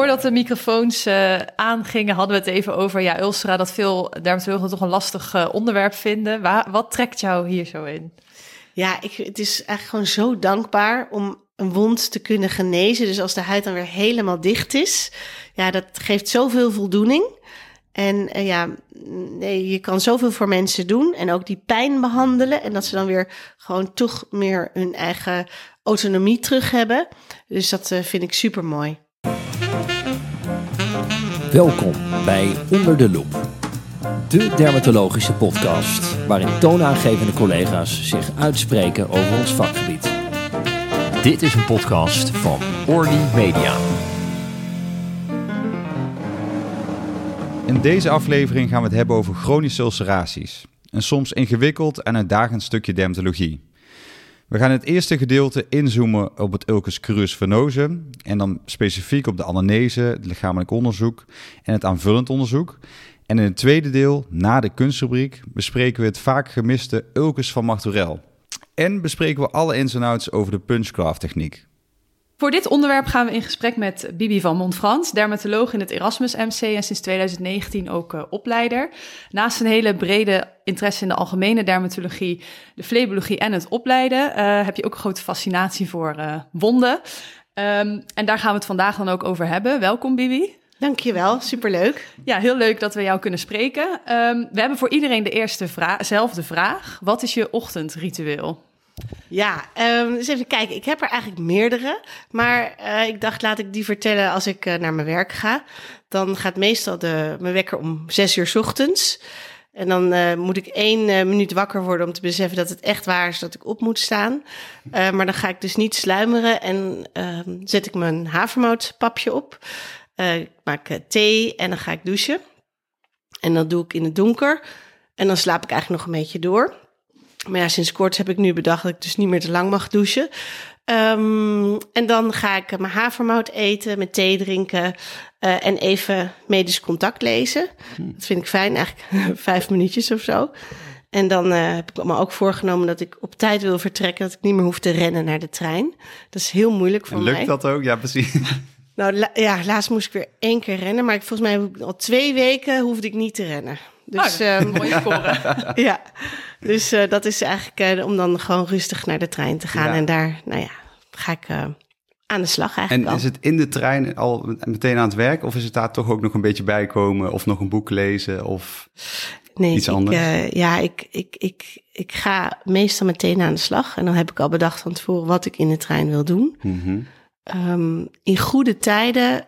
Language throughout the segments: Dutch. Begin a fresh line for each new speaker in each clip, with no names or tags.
voordat de microfoons aangingen, hadden we het even over ulcera, dat veel dermatologen toch een lastig onderwerp vinden. Wat trekt jou hier zo in?
Ja, het is eigenlijk gewoon zo dankbaar om een wond te kunnen genezen. Dus als de huid dan weer helemaal dicht is, dat geeft zoveel voldoening. En je kan zoveel voor mensen doen en ook die pijn behandelen. En dat ze dan weer gewoon toch meer hun eigen autonomie terug hebben. Dus dat vind ik super mooi.
Welkom bij Onder de Loep. De dermatologische podcast waarin toonaangevende collega's zich uitspreken over ons vakgebied.
Dit is een podcast van Orly Media.
In deze aflevering gaan we het hebben over chronische ulceraties. Een soms ingewikkeld en uitdagend stukje dermatologie. We gaan in het eerste gedeelte inzoomen op het ulcus crus venoze en dan specifiek op de anamnese, het lichamelijk onderzoek en het aanvullend onderzoek. En in het tweede deel, na de kunstrubriek, bespreken we het vaak gemiste ulcus van Martorell. En bespreken we alle ins en outs over de punchcraft techniek.
Voor dit onderwerp gaan we in gesprek met Bibi van Montfrans, dermatoloog in het Erasmus MC en sinds 2019 ook opleider. Naast een hele brede interesse in de algemene dermatologie, de flebologie en het opleiden, heb je ook een grote fascinatie voor wonden. En daar gaan we het vandaag dan ook over hebben. Welkom Bibi.
Dankjewel, superleuk.
Ja, heel leuk dat we jou kunnen spreken. We hebben voor iedereen de eerste zelfde vraag. Wat is je ochtendritueel?
Ja, eens even kijken. Ik heb er eigenlijk meerdere. Maar ik dacht, laat ik die vertellen als ik naar mijn werk ga. Dan gaat meestal mijn wekker om 6:00 's ochtends. En dan moet ik 1 minuut wakker worden om te beseffen dat het echt waar is dat ik op moet staan. Maar dan ga ik dus niet sluimeren en zet ik mijn havermoutpapje op. Ik maak thee en dan ga ik douchen. En dat doe ik in het donker. En dan slaap ik eigenlijk nog een beetje door. Maar ja, sinds kort heb ik nu bedacht dat ik dus niet meer te lang mag douchen. En dan ga ik mijn havermout eten, mijn thee drinken en even medisch contact lezen. Dat vind ik fijn, eigenlijk 5 minuutjes of zo. En dan heb ik me ook voorgenomen dat ik op tijd wil vertrekken, dat ik niet meer hoef te rennen naar de trein. Dat is heel moeilijk voor mij.
Lukt dat ook? Ja, precies.
Nou, laatst moest ik weer 1 keer rennen, maar volgens mij heb ik al 2 weken hoefde ik niet te rennen. Dus,
mooie score.
Ja, dus dat is eigenlijk om dan gewoon rustig naar de trein te gaan. Ja. En daar, ga ik aan de slag eigenlijk
En
al.
is het in de trein al meteen aan het werk? Of is het daar toch ook nog een beetje bij komen? Of nog een boek lezen? Of iets anders?
Ik ga meestal meteen aan de slag. En dan heb ik al bedacht van tevoren wat ik in de trein wil doen.
Mm-hmm.
In goede tijden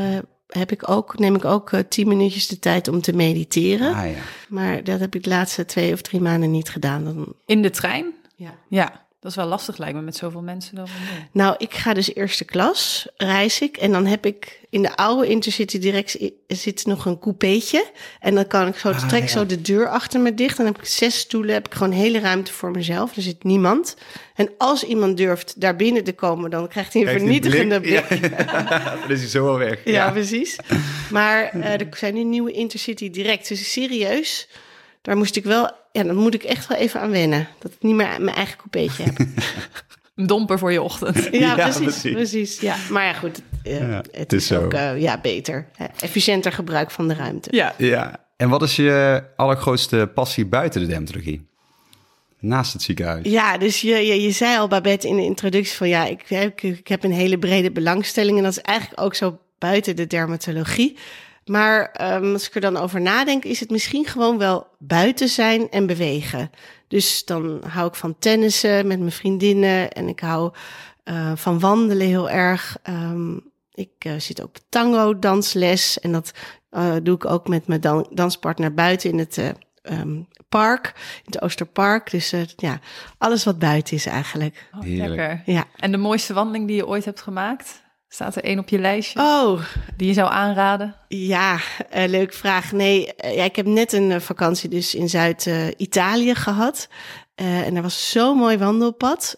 neem ik ook 10 minuutjes de tijd om te mediteren.
Ah, ja.
Maar dat heb ik de laatste 2 of 3 maanden niet gedaan.
In de trein?
Ja.
Dat is wel lastig lijkt me met zoveel mensen.
Nou, ik ga dus eerste klas, reis ik. En dan heb ik in de oude Intercity direct zit nog een coupeetje. En dan kan ik zo de deur achter me dicht. Dan heb ik 6 stoelen, heb ik gewoon hele ruimte voor mezelf. Er zit niemand. En als iemand durft daar binnen te komen, dan krijgt hij een vernietigende blik.
Ja. Dan is hij zo al weg.
Ja, precies. Maar er zijn nu nieuwe Intercity direct. Dus serieus, daar moest ik wel... Ja, dan moet ik echt wel even aan wennen. Dat ik niet meer mijn eigen coupeetje heb.
Een domper voor je ochtend.
Ja, precies. Ja. Maar ja, goed. Het is ook beter. Efficiënter gebruik van de ruimte.
Ja. En wat is je allergrootste passie buiten de dermatologie? Naast het ziekenhuis. Ja,
dus je zei al, Babette, in de introductie van... ik heb een hele brede belangstelling. En dat is eigenlijk ook zo buiten de dermatologie. Maar als ik er dan over nadenk, is het misschien gewoon wel buiten zijn en bewegen. Dus dan hou ik van tennissen met mijn vriendinnen en ik hou van wandelen heel erg. Ik zit ook op tango dansles en dat doe ik ook met mijn danspartner buiten in het park, in het Oosterpark. Dus alles wat buiten is eigenlijk.
Oh, lekker. Ja. En de mooiste wandeling die je ooit hebt gemaakt? Staat er 1 op je lijstje?
Oh.
Die je zou aanraden?
Ja, leuke vraag. Nee, ik heb net een vakantie dus in Zuid-Italië gehad. En er was zo'n mooi wandelpad.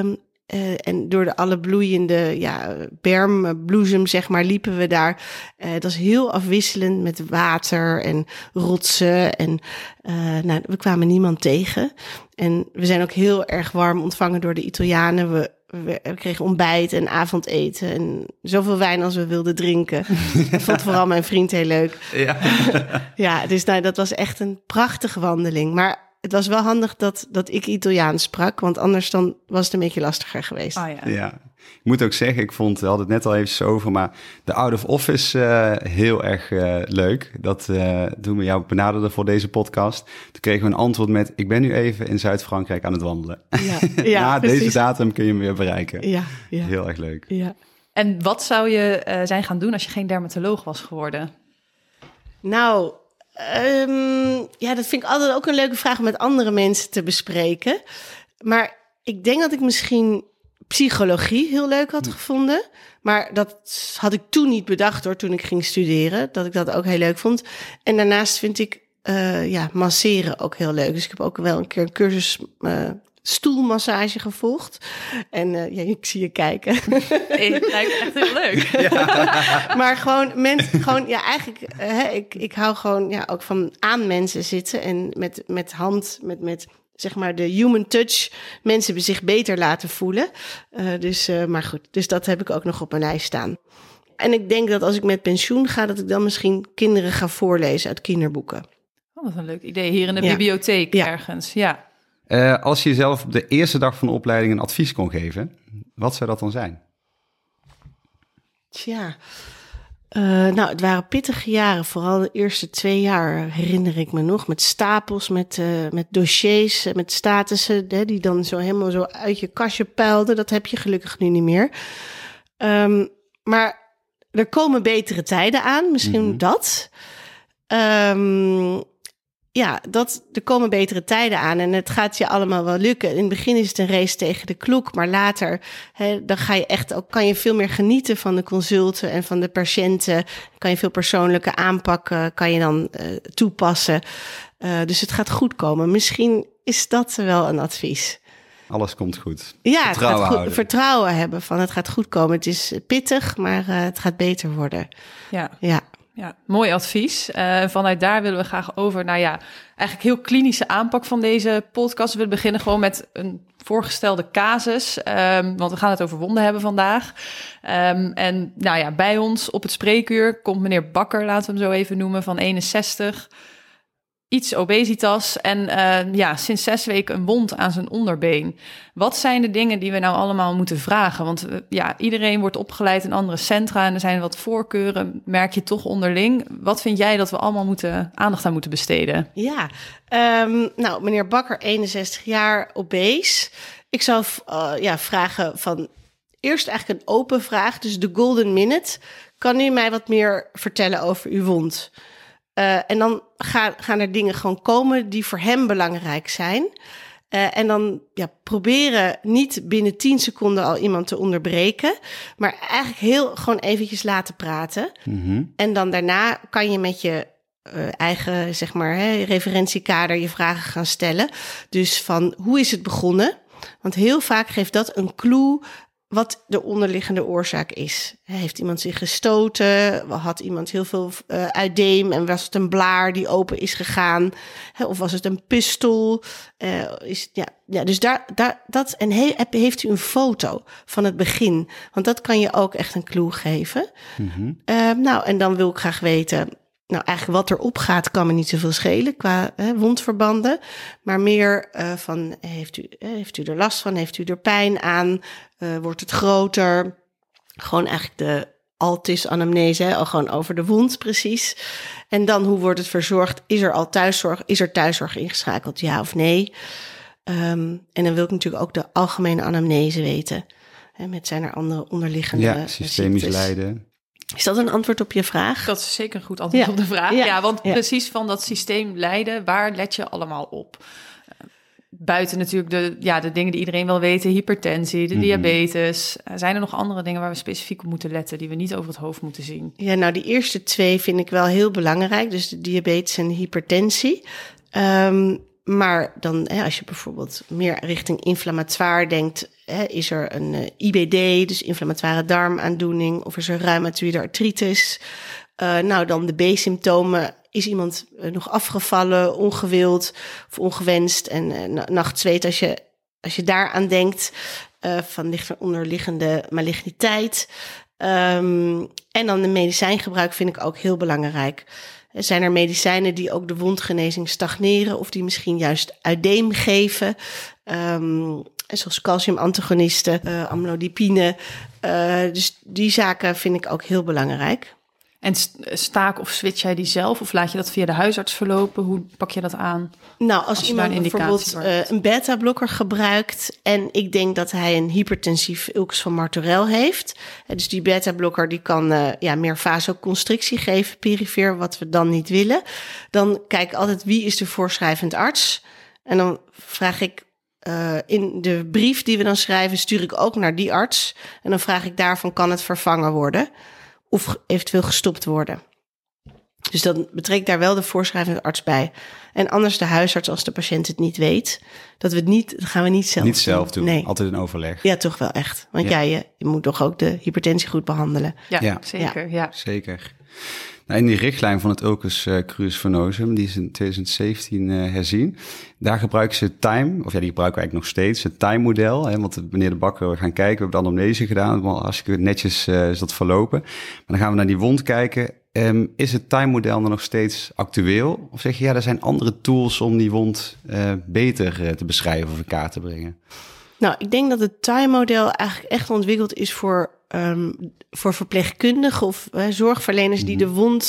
En door de alle bloeiende bermbloesem, zeg maar, liepen we daar. Dat was heel afwisselend met water en rotsen. En we kwamen niemand tegen. En we zijn ook heel erg warm ontvangen door de Italianen. We we kregen ontbijt en avondeten en zoveel wijn als we wilden drinken. Dat vond vooral mijn vriend heel leuk.
Ja,
Ja, dus dat was echt een prachtige wandeling. Maar het was wel handig dat ik Italiaans sprak, want anders dan was het een beetje lastiger geweest.
Oh ja.
ja. Ik moet ook zeggen, we hadden het net al even over, maar de out of office heel erg leuk. Dat toen we jou benaderden voor deze podcast, toen kregen we een antwoord met: ik ben nu even in Zuid-Frankrijk aan het wandelen.
Ja,
Na
precies.
deze datum kun je hem weer bereiken.
Ja.
Heel erg leuk.
Ja.
En wat zou je zijn gaan doen als je geen dermatoloog was geworden?
Nou, dat vind ik altijd ook een leuke vraag om met andere mensen te bespreken. Maar ik denk dat ik misschien psychologie heel leuk had gevonden. Maar dat had ik toen niet bedacht hoor, toen ik ging studeren. Dat ik dat ook heel leuk vond. En daarnaast vind ik masseren ook heel leuk. Dus ik heb ook wel een keer een cursus stoelmassage gevolgd. En ik zie je kijken.
Hey, het lijkt echt heel leuk.
Maar ik hou gewoon ook van aan mensen zitten en met zeg maar de human touch mensen zich beter laten voelen. Maar goed, dus dat heb ik ook nog op mijn lijst staan. En ik denk dat als ik met pensioen ga, dat ik dan misschien kinderen ga voorlezen uit kinderboeken.
Oh, wat een leuk idee. Hier in de
Ja.
bibliotheek
Ja.
ergens. Ja.
Als je jezelf op de eerste dag van de opleiding een advies kon geven, wat zou dat dan zijn?
Tja, het waren pittige jaren. Vooral de eerste 2 jaar herinner ik me nog. Met stapels, met dossiers, met statussen, die dan helemaal zo uit je kastje puilden. Dat heb je gelukkig nu niet meer. Maar er komen betere tijden aan, misschien dat. Er komen betere tijden aan en het gaat je allemaal wel lukken. In het begin is het een race tegen de klok, maar later dan ga je echt ook, kan je veel meer genieten van de consulten en van de patiënten. Kan je veel persoonlijke aanpakken, kan je dan toepassen. Dus het gaat goed komen. Misschien is dat wel een advies.
Alles komt goed.
Ja,
Vertrouwen
het gaat
houden.
vertrouwen hebben van het gaat goed komen. Het is pittig, maar het gaat beter worden.
Ja. Ja, mooi advies. Vanuit daar willen we graag over naar eigenlijk heel klinische aanpak van deze podcast. We willen beginnen gewoon met een voorgestelde casus, want we gaan het over wonden hebben vandaag. Bij ons op het spreekuur komt meneer Bakker, laten we hem zo even noemen, van 61. Iets obesitas en sinds 6 weken een wond aan zijn onderbeen. Wat zijn de dingen die we nou allemaal moeten vragen? Want iedereen wordt opgeleid in andere centra en er zijn wat voorkeuren, merk je toch onderling. Wat vind jij dat we allemaal aandacht aan moeten besteden?
Ja, meneer Bakker, 61 jaar, obese. Ik zou vragen van eerst eigenlijk een open vraag, dus de golden minute. Kan u mij wat meer vertellen over uw wond? En dan gaan er dingen gewoon komen die voor hem belangrijk zijn. En dan proberen niet binnen 10 seconden al iemand te onderbreken. Maar eigenlijk gewoon eventjes laten praten. Mm-hmm. En dan daarna kan je met je eigen referentiekader je vragen gaan stellen. Dus van hoe is het begonnen? Want heel vaak geeft dat een clue wat de onderliggende oorzaak is. Heeft iemand zich gestoten? Had iemand heel veel uideem en was het een blaar die open is gegaan? Of was het een pistel? Dus dat. En heeft u een foto van het begin? Want dat kan je ook echt een clue geven. Mm-hmm. En dan wil ik graag weten, eigenlijk wat erop gaat kan me niet zoveel schelen qua wondverbanden. Maar meer van, heeft u er last van? Heeft u er pijn aan? Wordt het groter? Gewoon eigenlijk de altis-anamnese, al gewoon over de wond precies. En dan, hoe wordt het verzorgd? Is er al thuiszorg? Is er thuiszorg ingeschakeld? Ja of nee? En dan wil ik natuurlijk ook de algemene anamnese weten. Zijn er andere onderliggende
systemisch
ziektes?
lijden.
Is dat een antwoord op je vraag?
Dat is zeker een goed antwoord op de vraag.
Ja,
want precies van dat systeem lijden, waar let je allemaal op? Buiten natuurlijk de dingen die iedereen wel weet, hypertensie, de diabetes. Zijn er nog andere dingen waar we specifiek op moeten letten, die we niet over het hoofd moeten zien?
Ja, die eerste 2 vind ik wel heel belangrijk. Dus de diabetes en hypertensie. Maar dan, als je bijvoorbeeld meer richting inflammatoire denkt, is er een IBD, dus inflammatoire darmaandoening, of is er reumatoïde artritis? Dan de B-symptomen. Is iemand nog afgevallen, ongewild of ongewenst en nachtzweet als je daaraan denkt? van ligt er onderliggende maligniteit. En dan de medicijngebruik vind ik ook heel belangrijk. Zijn er medicijnen die ook de wondgenezing stagneren of die misschien juist uideem geven? Zoals calciumantagonisten, amlodipine. Dus die zaken vind ik ook heel belangrijk.
En staak of switch jij die zelf? Of laat je dat via de huisarts verlopen? Hoe pak je dat aan?
Nou, als iemand bijvoorbeeld een beta-blokker gebruikt en ik denk dat hij een hypertensief ulcus van Martorell heeft. Dus die beta-blokker die kan meer vasoconstrictie geven, perifeer, wat we dan niet willen. Dan kijk ik altijd wie is de voorschrijvend arts. En dan vraag ik in de brief die we dan schrijven, stuur ik ook naar die arts. En dan vraag ik daarvan, kan het vervangen worden? Of eventueel gestopt worden. Dus dan betrekt daar wel de voorschrijvende arts bij. En anders de huisarts als de patiënt het niet weet. Dat gaan we niet zelf doen.
Niet zelf doen,
nee.
Altijd een overleg.
Ja, toch wel echt. Want je moet toch ook de hypertensie goed behandelen.
Ja, zeker. Ja.
Zeker. Nou, in die richtlijn van het ulcus crus venosum, die is in 2017 herzien. Daar gebruiken ze time, of ja, die gebruiken we eigenlijk nog steeds, het time-model. Want meneer De Bakker, we gaan kijken, we hebben de anamnese gedaan, hartstikke netjes is dat verlopen. Maar dan gaan we naar die wond kijken. Is het time-model dan nog steeds actueel? Of zeg je, ja, er zijn andere tools om die wond beter te beschrijven of in kaart te brengen?
Nou, ik denk dat het time-model eigenlijk echt ontwikkeld is voor verpleegkundigen of zorgverleners die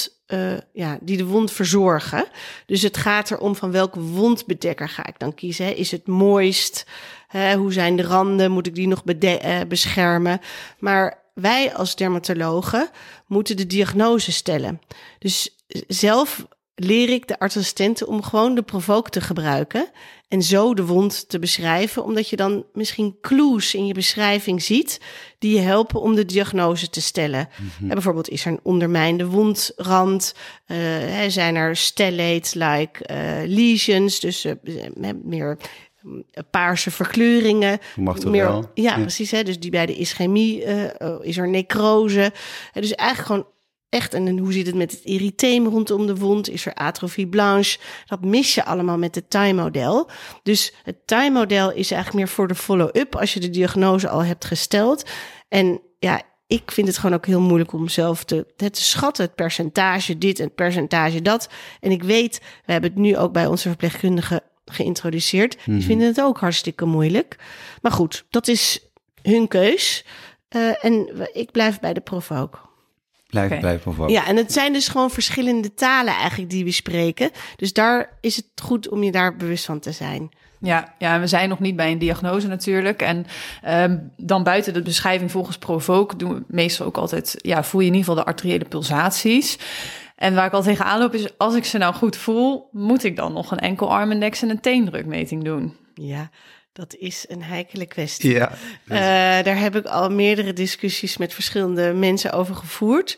de wond verzorgen. Dus het gaat erom van welke wondbedekker ga ik dan kiezen. Hè? Is het moist? Hoe zijn de randen? Moet ik die nog beschermen? Maar wij als dermatologen moeten de diagnose stellen. Dus zelf leer ik de artsassistenten om gewoon de Provoke te gebruiken en zo de wond te beschrijven, omdat je dan misschien clues in je beschrijving ziet die je helpen om de diagnose te stellen. Bijvoorbeeld is er een ondermijnde wondrand, zijn er stellate-like lesions, dus meer paarse verkleuringen.
Meer,
ja, precies. Dus die bij de ischemie is er necrose. Dus eigenlijk gewoon echt, en hoe zit het met het erytheem rondom de wond? Is er atrofie blanche? Dat mis je allemaal met het time-model. Dus het time-model is eigenlijk meer voor de follow-up als je de diagnose al hebt gesteld. En ja, ik vind het gewoon ook heel moeilijk om zelf te schatten. Het percentage dit en het percentage dat. En ik weet, we hebben het nu ook bij onze verpleegkundigen geïntroduceerd. Die vinden het ook hartstikke moeilijk. Maar goed, dat is hun keus. En ik blijf bij de Provoke.
Blijf Provoke.
Ja, en het zijn dus gewoon verschillende talen eigenlijk die we spreken. Dus daar is het goed om je daar bewust van te zijn.
Ja, we zijn nog niet bij een diagnose natuurlijk. En dan buiten de beschrijving volgens Provoke doen we meestal ook altijd, voel je in ieder geval de arteriële pulsaties. En waar ik al tegenaan loop is, als ik ze nou goed voel, moet ik dan nog een enkelarmindex en een teendrukmeting doen?
Ja, dat is een heikele kwestie.
Ja,
daar heb ik al meerdere discussies met verschillende mensen over gevoerd.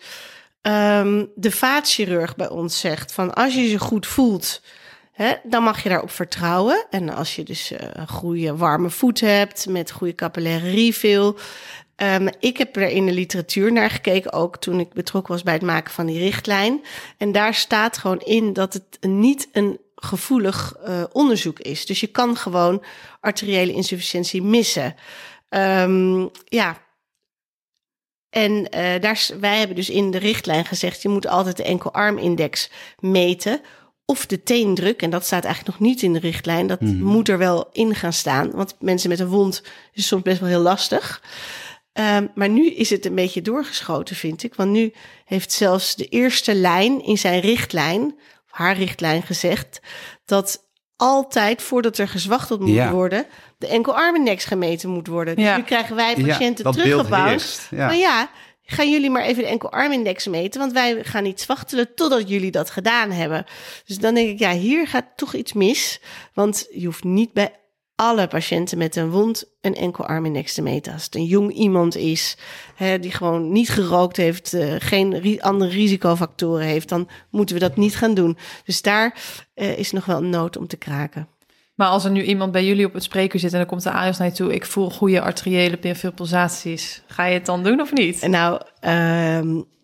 De vaatchirurg bij ons zegt van als je ze goed voelt, dan mag je daarop vertrouwen. En als je dus een goede warme voet hebt met goede capillaire refill. Ik heb er in de literatuur naar gekeken, ook toen ik betrokken was bij het maken van die richtlijn. En daar staat gewoon in dat het niet een gevoelig onderzoek is. Dus je kan gewoon arteriële insufficiëntie missen. En wij hebben dus in de richtlijn gezegd, je moet altijd de enkelarmindex meten of de teendruk. En dat staat eigenlijk nog niet in de richtlijn. Dat moet er wel in gaan staan, want mensen met een wond is soms best wel heel lastig. Maar nu is het een beetje doorgeschoten, vind ik. Want nu heeft zelfs de eerste lijn in zijn richtlijn, haar richtlijn, gezegd dat altijd voordat er gezwachteld moet worden, de enkelarmindex gemeten moet worden. Dus nu krijgen wij patiënten teruggebouwd. Maar gaan jullie maar even de enkelarmindex meten, want wij gaan niet zwachtelen totdat jullie dat gedaan hebben. Dus dan denk ik, hier gaat toch iets mis. Want je hoeft niet bij alle patiënten met een wond een enkelarmindex te meten. Als het een jong iemand is, die gewoon niet gerookt heeft, geen andere risicofactoren heeft, dan moeten we dat niet gaan doen. Dus daar is nog wel een nood om te kraken.
Maar als er nu iemand bij jullie op het spreekuur zit en dan komt de AIOS naar je toe, ik voel goede arteriële perifere pulsaties, ga je het dan doen of niet?
Nou,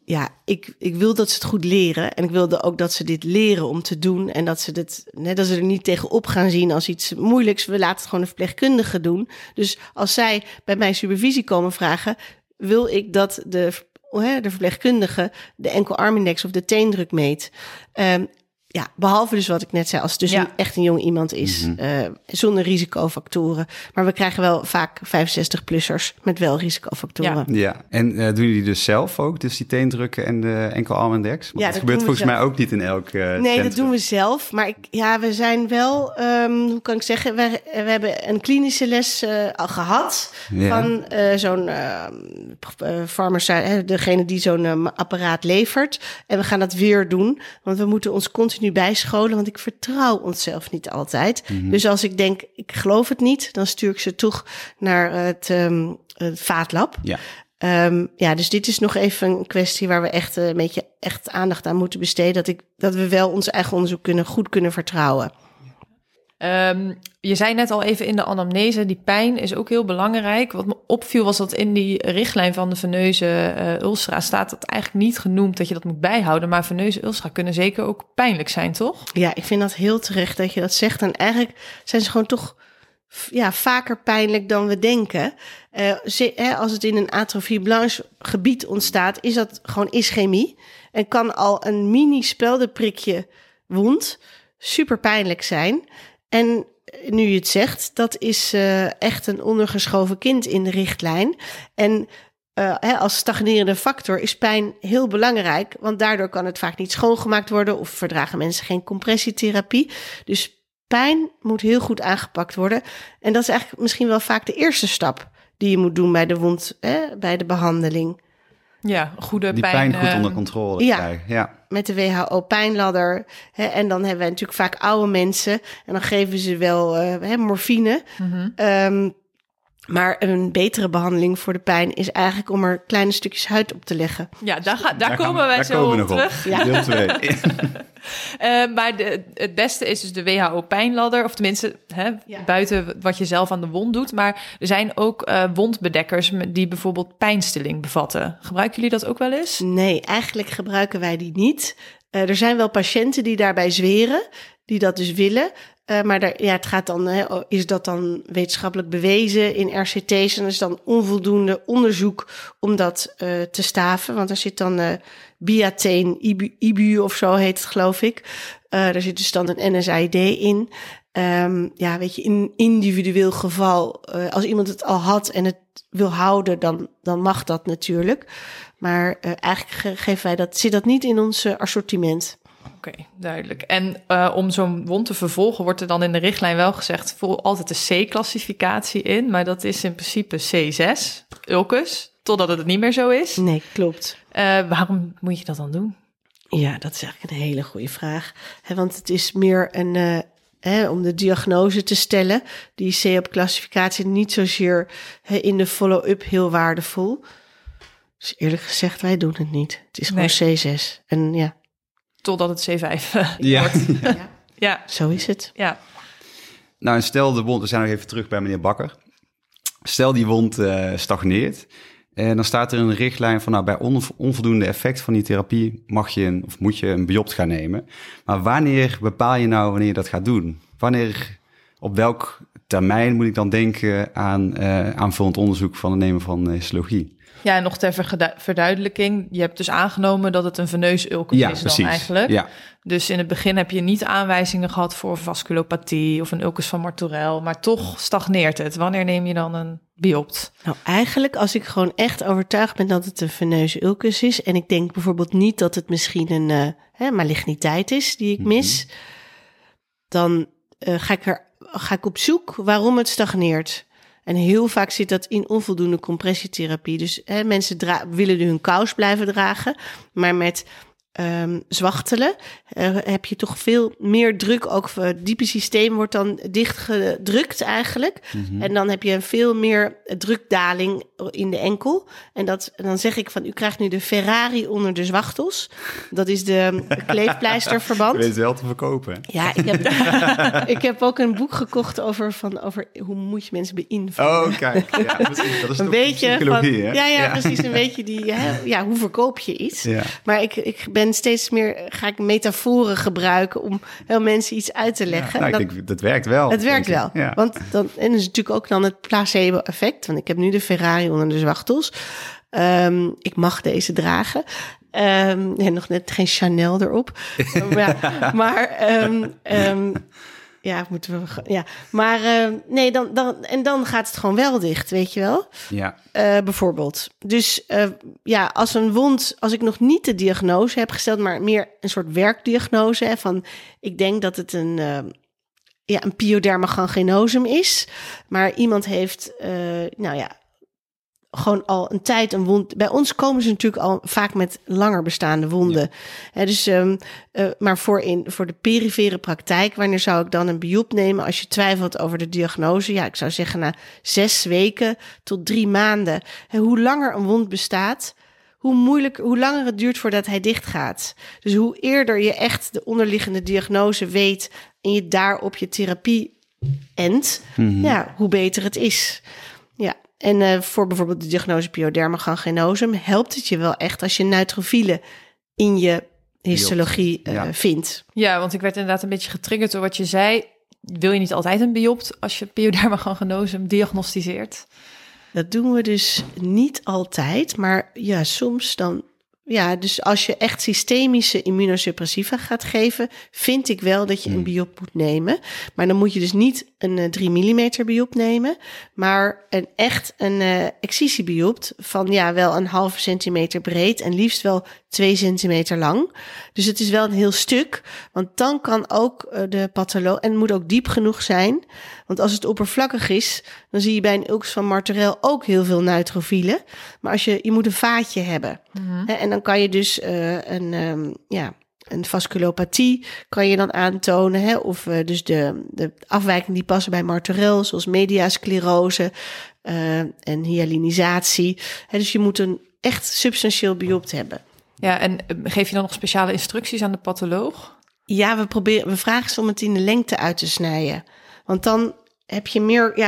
ik wil dat ze het goed leren. En ik wilde ook dat ze dit leren om te doen. En dat ze dat ze er niet tegenop gaan zien als iets moeilijks. We laten het gewoon een verpleegkundige doen. Dus als zij bij mij supervisie komen vragen, wil ik dat de verpleegkundige de enkel-armindex of de teendruk meet. Behalve dus wat ik net zei, als het dus echt een jong iemand is, zonder risicofactoren. Maar we krijgen wel vaak 65-plussers met wel risicofactoren.
Ja. En doen jullie dus zelf ook, dus die teendrukken en de enkel-armindex? Want dat gebeurt volgens mij ook niet in elk centrum.
Dat doen we zelf. Maar we zijn wel, hoe kan ik zeggen, we hebben een klinische les al gehad van zo'n farmaceut, degene die zo'n apparaat levert. En we gaan dat weer doen, want we moeten ons continu bijscholen, want ik vertrouw onszelf niet altijd. Mm-hmm. Dus als ik denk, ik geloof het niet, dan stuur ik ze toch naar het vaatlab. Ja. Dus dit is nog even een kwestie waar we echt een beetje aandacht aan moeten besteden, dat we wel ons eigen onderzoek goed kunnen vertrouwen.
Je zei net al even in de anamnese, die pijn is ook heel belangrijk. Wat me opviel was dat in die richtlijn van de veneuze ulcera staat dat eigenlijk niet genoemd dat je dat moet bijhouden. Maar veneuze ulcera kunnen zeker ook pijnlijk zijn, toch?
Ja, ik vind dat heel terecht dat je dat zegt. En eigenlijk zijn ze gewoon toch vaker pijnlijk dan we denken. Als het in een atrophie blanche gebied ontstaat, is dat gewoon ischemie. En kan al een mini-speldenprikje wond super pijnlijk zijn. En nu je het zegt, dat is echt een ondergeschoven kind in de richtlijn. En als stagnerende factor is pijn heel belangrijk, want daardoor kan het vaak niet schoongemaakt worden of verdragen mensen geen compressietherapie. Dus pijn moet heel goed aangepakt worden. En dat is eigenlijk misschien wel vaak de eerste stap die je moet doen bij de wond, bij de behandeling.
Ja, goede
die pijn goed onder controle krijgen. Ja,
met de WHO-pijnladder. En dan hebben we natuurlijk vaak oude mensen. En dan geven ze wel morfine. Mm-hmm. Maar een betere behandeling voor de pijn is eigenlijk om er kleine stukjes huid op te leggen.
Ja, daar komen wij zo op terug.
Ja. Deel 2.
Maar het beste is dus de WHO-pijnladder. Of tenminste, buiten wat je zelf aan de wond doet. Maar er zijn ook wondbedekkers die bijvoorbeeld pijnstilling bevatten. Gebruiken jullie dat ook wel eens?
Nee, eigenlijk gebruiken wij die niet. Er zijn wel patiënten die daarbij zweren, die dat dus willen. Maar het gaat dan, is dat dan wetenschappelijk bewezen in RCT's? En er is dan onvoldoende onderzoek om dat te staven. Want er zit dan biateen, IBU of zo heet het, geloof ik. Er zit dus dan een NSAID in. Weet je, in een individueel geval, als iemand het al had en het wil houden, dan mag dat natuurlijk. Maar eigenlijk geven wij zit dat niet in ons assortiment.
Oké, duidelijk. En om zo'n wond te vervolgen wordt er dan in de richtlijn wel gezegd, voer altijd de C-classificatie in, maar dat is in principe C6, ulcus, totdat het niet meer zo is.
Nee, klopt.
Waarom moet je dat dan doen?
Ja, dat is eigenlijk een hele goede vraag. Want het is meer om de diagnose te stellen. Die C-classificatie niet zozeer in de follow-up heel waardevol. Dus eerlijk gezegd, wij doen het niet. Het is gewoon C6. En ja.
Totdat het C5
wordt.
Ja, zo is het.
Ja.
Nou, en stel de wond, we zijn nog even terug bij meneer Bakker. Stel die wond stagneert. En dan staat er in de richtlijn van, bij onvoldoende effect van die therapie moet je een biopt gaan nemen. Maar wanneer bepaal je nou wanneer je dat gaat doen? Op welk termijn moet ik dan denken aan aanvullend onderzoek van het nemen van histologie?
Ja, en nog ter verduidelijking. Je hebt dus aangenomen dat het een veneus ulcus is precies. Dan eigenlijk. Ja. Dus in het begin heb je niet aanwijzingen gehad voor vasculopathie of een ulcus van Martorell, maar toch stagneert het. Wanneer neem je dan een biopt?
Nou, eigenlijk als ik gewoon echt overtuigd ben dat het een veneuze ulcus is en ik denk bijvoorbeeld niet dat het misschien een maligniteit is die ik mis, dan ga ik op zoek waarom het stagneert. En heel vaak zit dat in onvoldoende compressietherapie. Dus mensen willen hun kous blijven dragen, maar met zwachtelen, heb je toch veel meer druk. Ook het diepe systeem wordt dan dichtgedrukt eigenlijk. Mm-hmm. En dan heb je veel meer drukdaling in de enkel. En dan zeg ik van, u krijgt nu de Ferrari onder de zwachtels. Dat is de kleefpleisterverband.
Je weet het wel te verkopen.
Ja, ik heb ook een boek gekocht over hoe moet je mensen beïnvloeden.
Oh, kijk. Ja, precies. Dat is
een beetje
psychologie,
van,
hè?
Ja, precies. Een beetje hoe verkoop je iets? Ja. Maar ik ben steeds meer, ga ik metaforen gebruiken om heel mensen iets uit te leggen.
Ja, ik denk, dat werkt wel.
Het werkt wel. Ja. Want dan, en dat is natuurlijk ook dan het placebo-effect. Want ik heb nu de Ferrari onder de zwachtels. Ik mag deze dragen. Nog net geen Chanel erop. Dan gaat het gewoon wel dicht, weet je wel?
Ja.
Bijvoorbeeld. Dus als ik nog niet de diagnose heb gesteld, maar meer een soort werkdiagnose, hè, van ik denk dat het een pyoderma gangrenosum is, maar iemand heeft, gewoon al een tijd een wond. Bij ons komen ze natuurlijk al vaak met langer bestaande wonden. Ja. Maar voor de perifere praktijk, wanneer zou ik dan een biop nemen als je twijfelt over de diagnose? Ja, ik zou zeggen na 6 weken tot 3 maanden. En hoe langer een wond bestaat, hoe langer het duurt voordat hij dicht gaat. Dus hoe eerder je echt de onderliggende diagnose weet en je daarop je therapie endt, hoe beter het is. Ja. En voor bijvoorbeeld de diagnose pyoderma gangrenosum helpt het je wel echt als je neutrofielen in je histologie vindt.
Ja, want ik werd inderdaad een beetje getriggerd door wat je zei. Wil je niet altijd een biopt als je pyoderma gangrenosum diagnosticeert?
Dat doen we dus niet altijd, maar ja, soms dan. Ja, dus als je echt systemische immunosuppressiva gaat geven, vind ik wel dat je een biop moet nemen. Maar dan moet je dus niet een 3 mm biop nemen, maar een excisiebiopt van wel een halve centimeter breed en liefst wel 2 centimeter lang. Dus het is wel een heel stuk, want dan kan ook de patholoog, en het moet ook diep genoeg zijn, want als het oppervlakkig is, dan zie je bij een ulcus van Martorell ook heel veel neutrofielen. Maar als je moet een vaatje hebben. Mm-hmm. En dan kan je dus een vasculopathie kan je dan aantonen. Of dus de afwijkingen die passen bij Martorell, zoals mediasclerose en hyalinisatie. Dus je moet een echt substantieel biopt hebben.
Ja, en geef je dan nog speciale instructies aan de patholoog?
Ja, we vragen ze om het in de lengte uit te snijden. Want dan heb je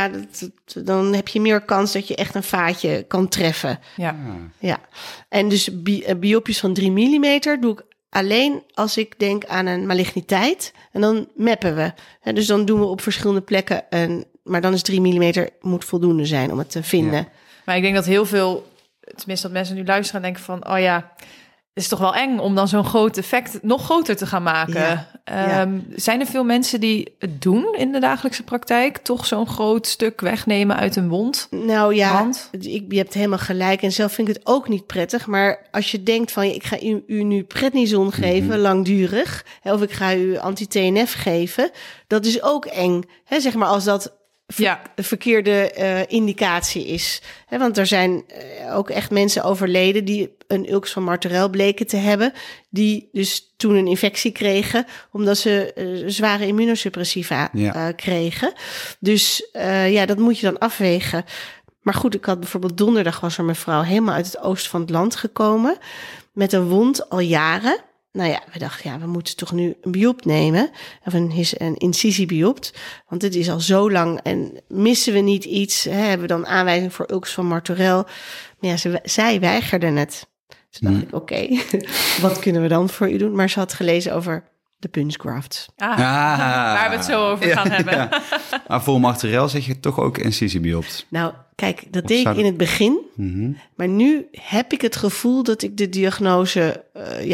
meer kans dat je echt een vaatje kan treffen. Ja. En dus biopjes van 3 mm doe ik alleen als ik denk aan een maligniteit. En dan mappen we. Dus dan doen we op verschillende plekken. Maar dan is 3 mm moet voldoende zijn om het te vinden. Ja.
Maar ik denk dat heel veel, tenminste dat mensen nu luisteren en denken van, oh ja, het is toch wel eng om dan zo'n groot effect nog groter te gaan maken. Zijn er veel mensen die het doen in de dagelijkse praktijk? Toch zo'n groot stuk wegnemen uit een wond?
Nou ja, je hebt helemaal gelijk. En zelf vind ik het ook niet prettig. Maar als je denkt van, ik ga u nu prednison geven, langdurig. Of ik ga u anti-TNF geven. Dat is ook eng. Zeg maar als dat de verkeerde indicatie is. Want er zijn ook echt mensen overleden die een ulcus van Martorell bleken te hebben, die dus toen een infectie kregen, omdat ze zware immunosuppressiva kregen. Dus dat moet je dan afwegen. Maar goed, ik had bijvoorbeeld donderdag was er een mevrouw helemaal uit het oosten van het land gekomen, met een wond al jaren. Nou ja, we dachten, we moeten toch nu een biop nemen. Of een incisiebiopt. Want het is al zo lang en missen we niet iets? Hebben we dan aanwijzing voor ulcus van Martorell? Maar ja, zij weigerde het. Toen dacht ik, oké, wat kunnen we dan voor u doen? Maar ze had gelezen over de punchgrafts.
Waar we het zo over gaan hebben. Ja.
Maar voor Martorell zeg je toch ook incisiebiopt?
Nou, kijk, dat deed ik in het begin. Mm-hmm. Maar nu heb ik het gevoel dat ik de diagnose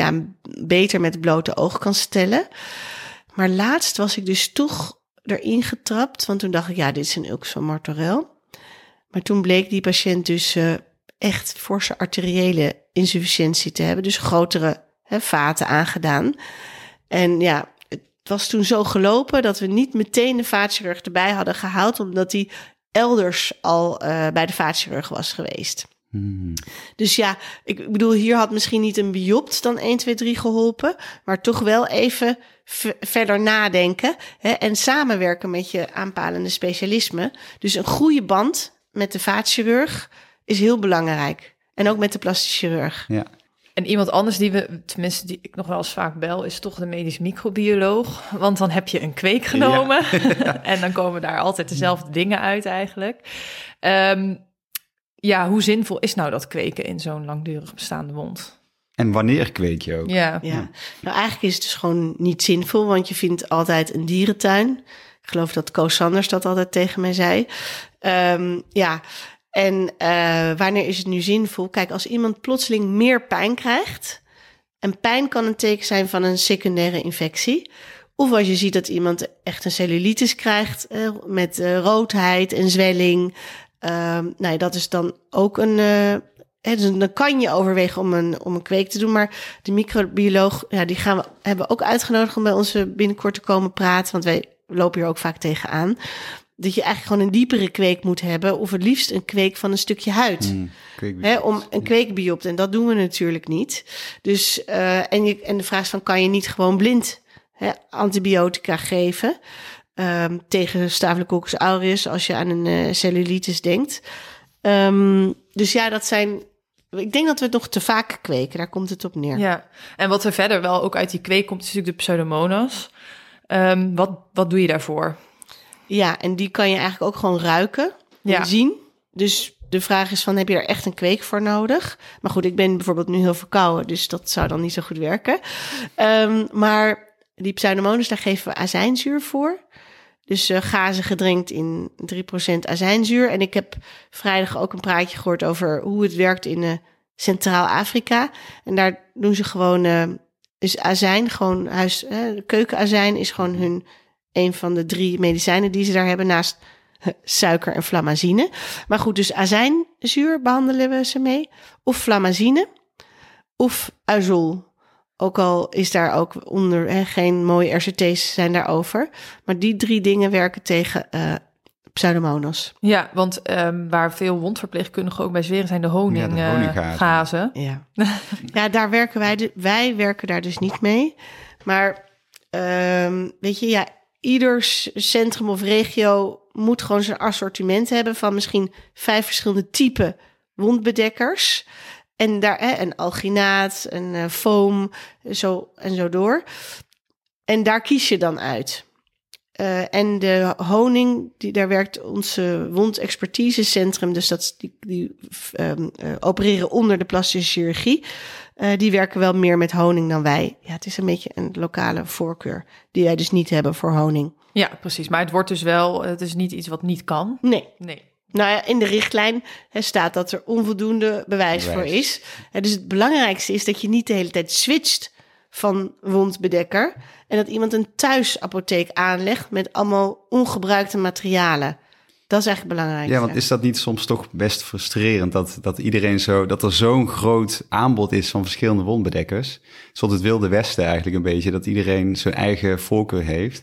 beter met het blote oog kan stellen. Maar laatst was ik dus toch erin getrapt. Want toen dacht ik, dit is een ulcus van Martorell. Maar toen bleek die patiënt dus echt forse arteriële insufficiëntie te hebben. Dus grotere vaten aangedaan. En het was toen zo gelopen dat we niet meteen de vaatchirurg erbij hadden gehaald, omdat hij elders al bij de vaatchirurg was geweest. Dus ja, ik bedoel, hier had misschien niet een biopt dan 1, 2, 3 geholpen, maar toch wel even verder nadenken, hè, en samenwerken met je aanpalende specialisme. Dus een goede band met de vaatchirurg is heel belangrijk. En ook met de plastisch chirurg.
Ja.
En iemand anders die ik nog wel eens vaak bel, is toch de medisch microbioloog. Want dan heb je een kweek genomen. Ja. En dan komen daar altijd dezelfde dingen uit eigenlijk. Hoe zinvol is nou dat kweken in zo'n langdurig bestaande wond?
En wanneer kweek je ook?
Ja.
Nou, eigenlijk is het dus gewoon niet zinvol, want je vindt altijd een dierentuin. Ik geloof dat Koos Sanders dat altijd tegen mij zei. En wanneer is het nu zinvol? Kijk, als iemand plotseling meer pijn krijgt, en pijn kan een teken zijn van een secundaire infectie, of als je ziet dat iemand echt een cellulitis krijgt met roodheid en zwelling, dat is dan ook een... Dus dan kan je overwegen om een kweek te doen, maar de microbioloog, hebben we ook uitgenodigd om bij ons binnenkort te komen praten, want wij lopen hier ook vaak tegenaan. Dat je eigenlijk gewoon een diepere kweek moet hebben, of het liefst een kweek van een stukje huid. Om een kweekbiopt. En dat doen we natuurlijk niet. Dus, en de vraag is van, kan je niet gewoon blind antibiotica geven tegen Staphylococcus aureus als je aan een cellulitis denkt? Dus ja, dat zijn... Ik denk dat we het nog te vaak kweken. Daar komt het op neer.
Ja, en wat er verder wel ook uit die kweek komt, is natuurlijk de Pseudomonas. Wat doe je daarvoor?
Ja, en die kan je eigenlijk ook gewoon ruiken en zien. Dus de vraag is van, heb je er echt een kweek voor nodig? Maar goed, ik ben bijvoorbeeld nu heel verkouden, dus dat zou dan niet zo goed werken. Maar die Pseudomonas, daar geven we azijnzuur voor. Dus gazen gedrenkt in 3% azijnzuur. En ik heb vrijdag ook een praatje gehoord over hoe het werkt in Centraal-Afrika. En daar doen ze gewoon... dus azijn, gewoon keukenazijn is gewoon een van de 3 medicijnen die ze daar hebben, naast suiker en flamazine. Maar goed, dus azijnzuur behandelen we ze mee. Of flamazine. Of azol. Ook al is daar ook onder geen mooie RCT's zijn daarover. Maar die 3 dingen werken tegen Pseudomonas.
Ja, want waar veel wondverpleegkundigen ook bij zweren zijn de honinggazen.
Ja, daar werken wij werken daar dus niet mee. Maar weet je, ieder centrum of regio moet gewoon zijn assortiment hebben van misschien 5 verschillende typen wondbedekkers. En daar en alginaat en foam, zo en zo door. En daar kies je dan uit. En de honing, daar werkt onze wondexpertisecentrum, dus dat die opereren onder de plastische chirurgie. Die werken wel meer met honing dan wij. Ja, het is een beetje een lokale voorkeur die wij dus niet hebben voor honing.
Ja, precies. Maar het wordt dus wel, het is niet iets wat niet kan.
Nee. Nou ja, in de richtlijn staat dat er onvoldoende bewijs voor is. Dus het belangrijkste is dat je niet de hele tijd switcht van wondbedekker en dat iemand een thuisapotheek aanlegt met allemaal ongebruikte materialen. Dat is eigenlijk belangrijk.
Ja, want is dat niet soms toch best frustrerend dat iedereen dat er zo'n groot aanbod is van verschillende wondbedekkers? Zoals het Wilde Westen eigenlijk een beetje, dat iedereen zijn eigen voorkeur heeft.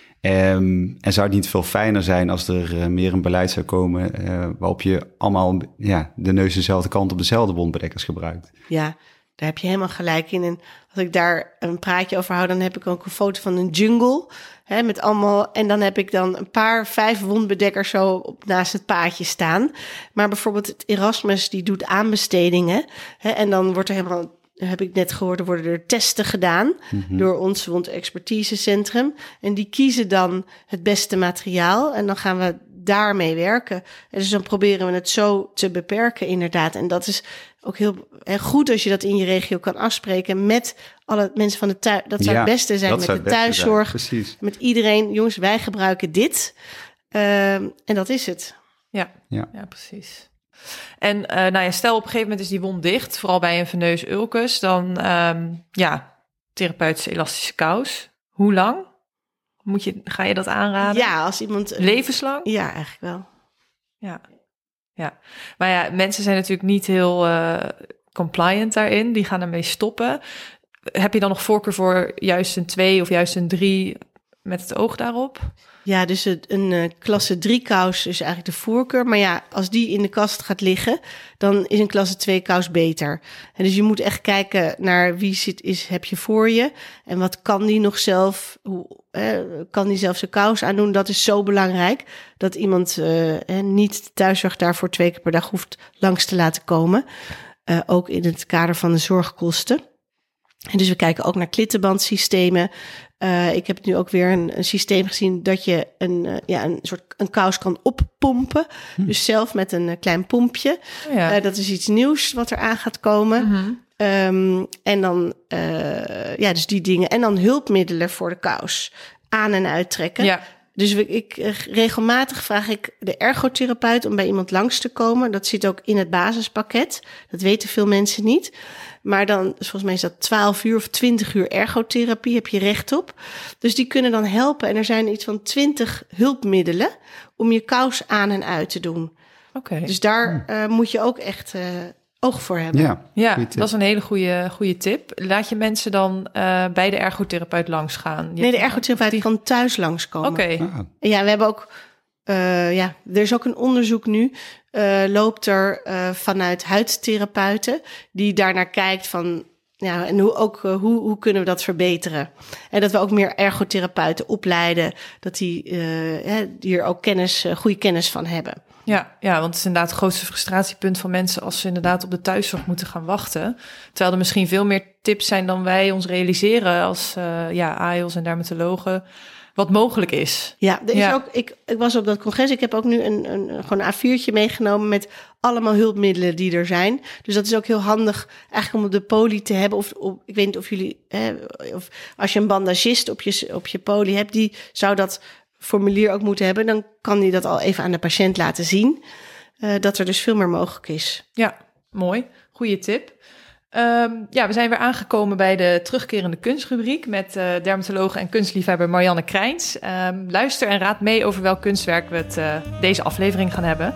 En zou het niet veel fijner zijn als er meer een beleid zou komen waarop je allemaal de neus dezelfde kant op dezelfde wondbedekkers gebruikt?
Ja, daar heb je helemaal gelijk in. En als ik daar een praatje over hou, dan heb ik ook een foto van een jungle. Met allemaal, en dan heb ik dan 5 wondbedekkers zo naast het paadje staan. Maar bijvoorbeeld het Erasmus, die doet aanbestedingen. En dan wordt er helemaal, heb ik net gehoord, er worden er testen gedaan door ons wondexpertisecentrum. En die kiezen dan het beste materiaal en dan gaan we daarmee werken. En dus dan proberen we het zo te beperken inderdaad. En dat is ook heel goed als je dat in je regio kan afspreken met alle mensen van de thuis. Dat zou het beste zijn met de thuiszorg. Precies. Met iedereen, jongens, wij gebruiken dit. En dat is het.
Ja, precies. En stel op een gegeven moment is die wond dicht, vooral bij een veneus ulcus, dan therapeutische elastische kous. Hoe lang? Ga je dat aanraden?
Ja, als iemand...
Levenslang?
Ja, eigenlijk wel.
Ja. Maar ja, mensen zijn natuurlijk niet heel compliant daarin. Die gaan ermee stoppen. Heb je dan nog voorkeur voor juist een 2 of juist een 3 met het oog daarop?
Ja, dus een klasse 3 kous is eigenlijk de voorkeur. Maar ja, als die in de kast gaat liggen, dan is een klasse 2 kous beter. En dus je moet echt kijken naar wie heb je voor je. En wat kan die nog zelf, kan die zelf zijn kous aandoen? Dat is zo belangrijk dat iemand niet de thuiszorg daarvoor 2 keer per dag hoeft langs te laten komen. Ook in het kader van de zorgkosten. En dus we kijken ook naar klittenbandsystemen. Ik heb nu ook weer een systeem gezien dat je een kous kan oppompen. Dus zelf met een klein pompje. Oh ja. Dat is iets nieuws wat er aan gaat komen. Mm-hmm. En dan, dus die dingen. En dan hulpmiddelen voor de kous. Aan- en uittrekken. Ja. Dus regelmatig vraag ik de ergotherapeut om bij iemand langs te komen. Dat zit ook in het basispakket. Dat weten veel mensen niet. Maar dan, volgens mij is dat 12 uur of 20 uur ergotherapie, heb je recht op. Dus die kunnen dan helpen. En er zijn iets van 20 hulpmiddelen om je kous aan en uit te doen. Okay. Dus daar moet je ook echt oog voor hebben.
Ja, dat is een hele goede tip. Laat je mensen dan bij de ergotherapeut langs gaan?
Nee, de ergotherapeut kan thuis langskomen.
Oké.
Ja, we hebben ook... er is ook een onderzoek nu, loopt er vanuit huidtherapeuten, die daarnaar kijkt van, en hoe kunnen we dat verbeteren? En dat we ook meer ergotherapeuten opleiden, dat die hier ook goede kennis van hebben.
Ja, want het is inderdaad het grootste frustratiepunt van mensen als ze inderdaad op de thuiszorg moeten gaan wachten. Terwijl er misschien veel meer tips zijn dan wij ons realiseren als AIOS en dermatologen. Wat mogelijk is.
Ja, ook. Ik was op dat congres. Ik heb ook nu gewoon een A4'tje meegenomen met allemaal hulpmiddelen die er zijn. Dus dat is ook heel handig eigenlijk om op de poli te hebben. Of ik weet niet of jullie, of als je een bandagist op je poli hebt, die zou dat formulier ook moeten hebben. Dan kan die dat al even aan de patiënt laten zien. Dat er dus veel meer mogelijk is.
Ja, mooi. Goeie tip. We zijn weer aangekomen bij de terugkerende kunstrubriek met dermatoloog en kunstliefhebber Marianne Krijns. Luister en raad mee over welk kunstwerk we het deze aflevering gaan hebben.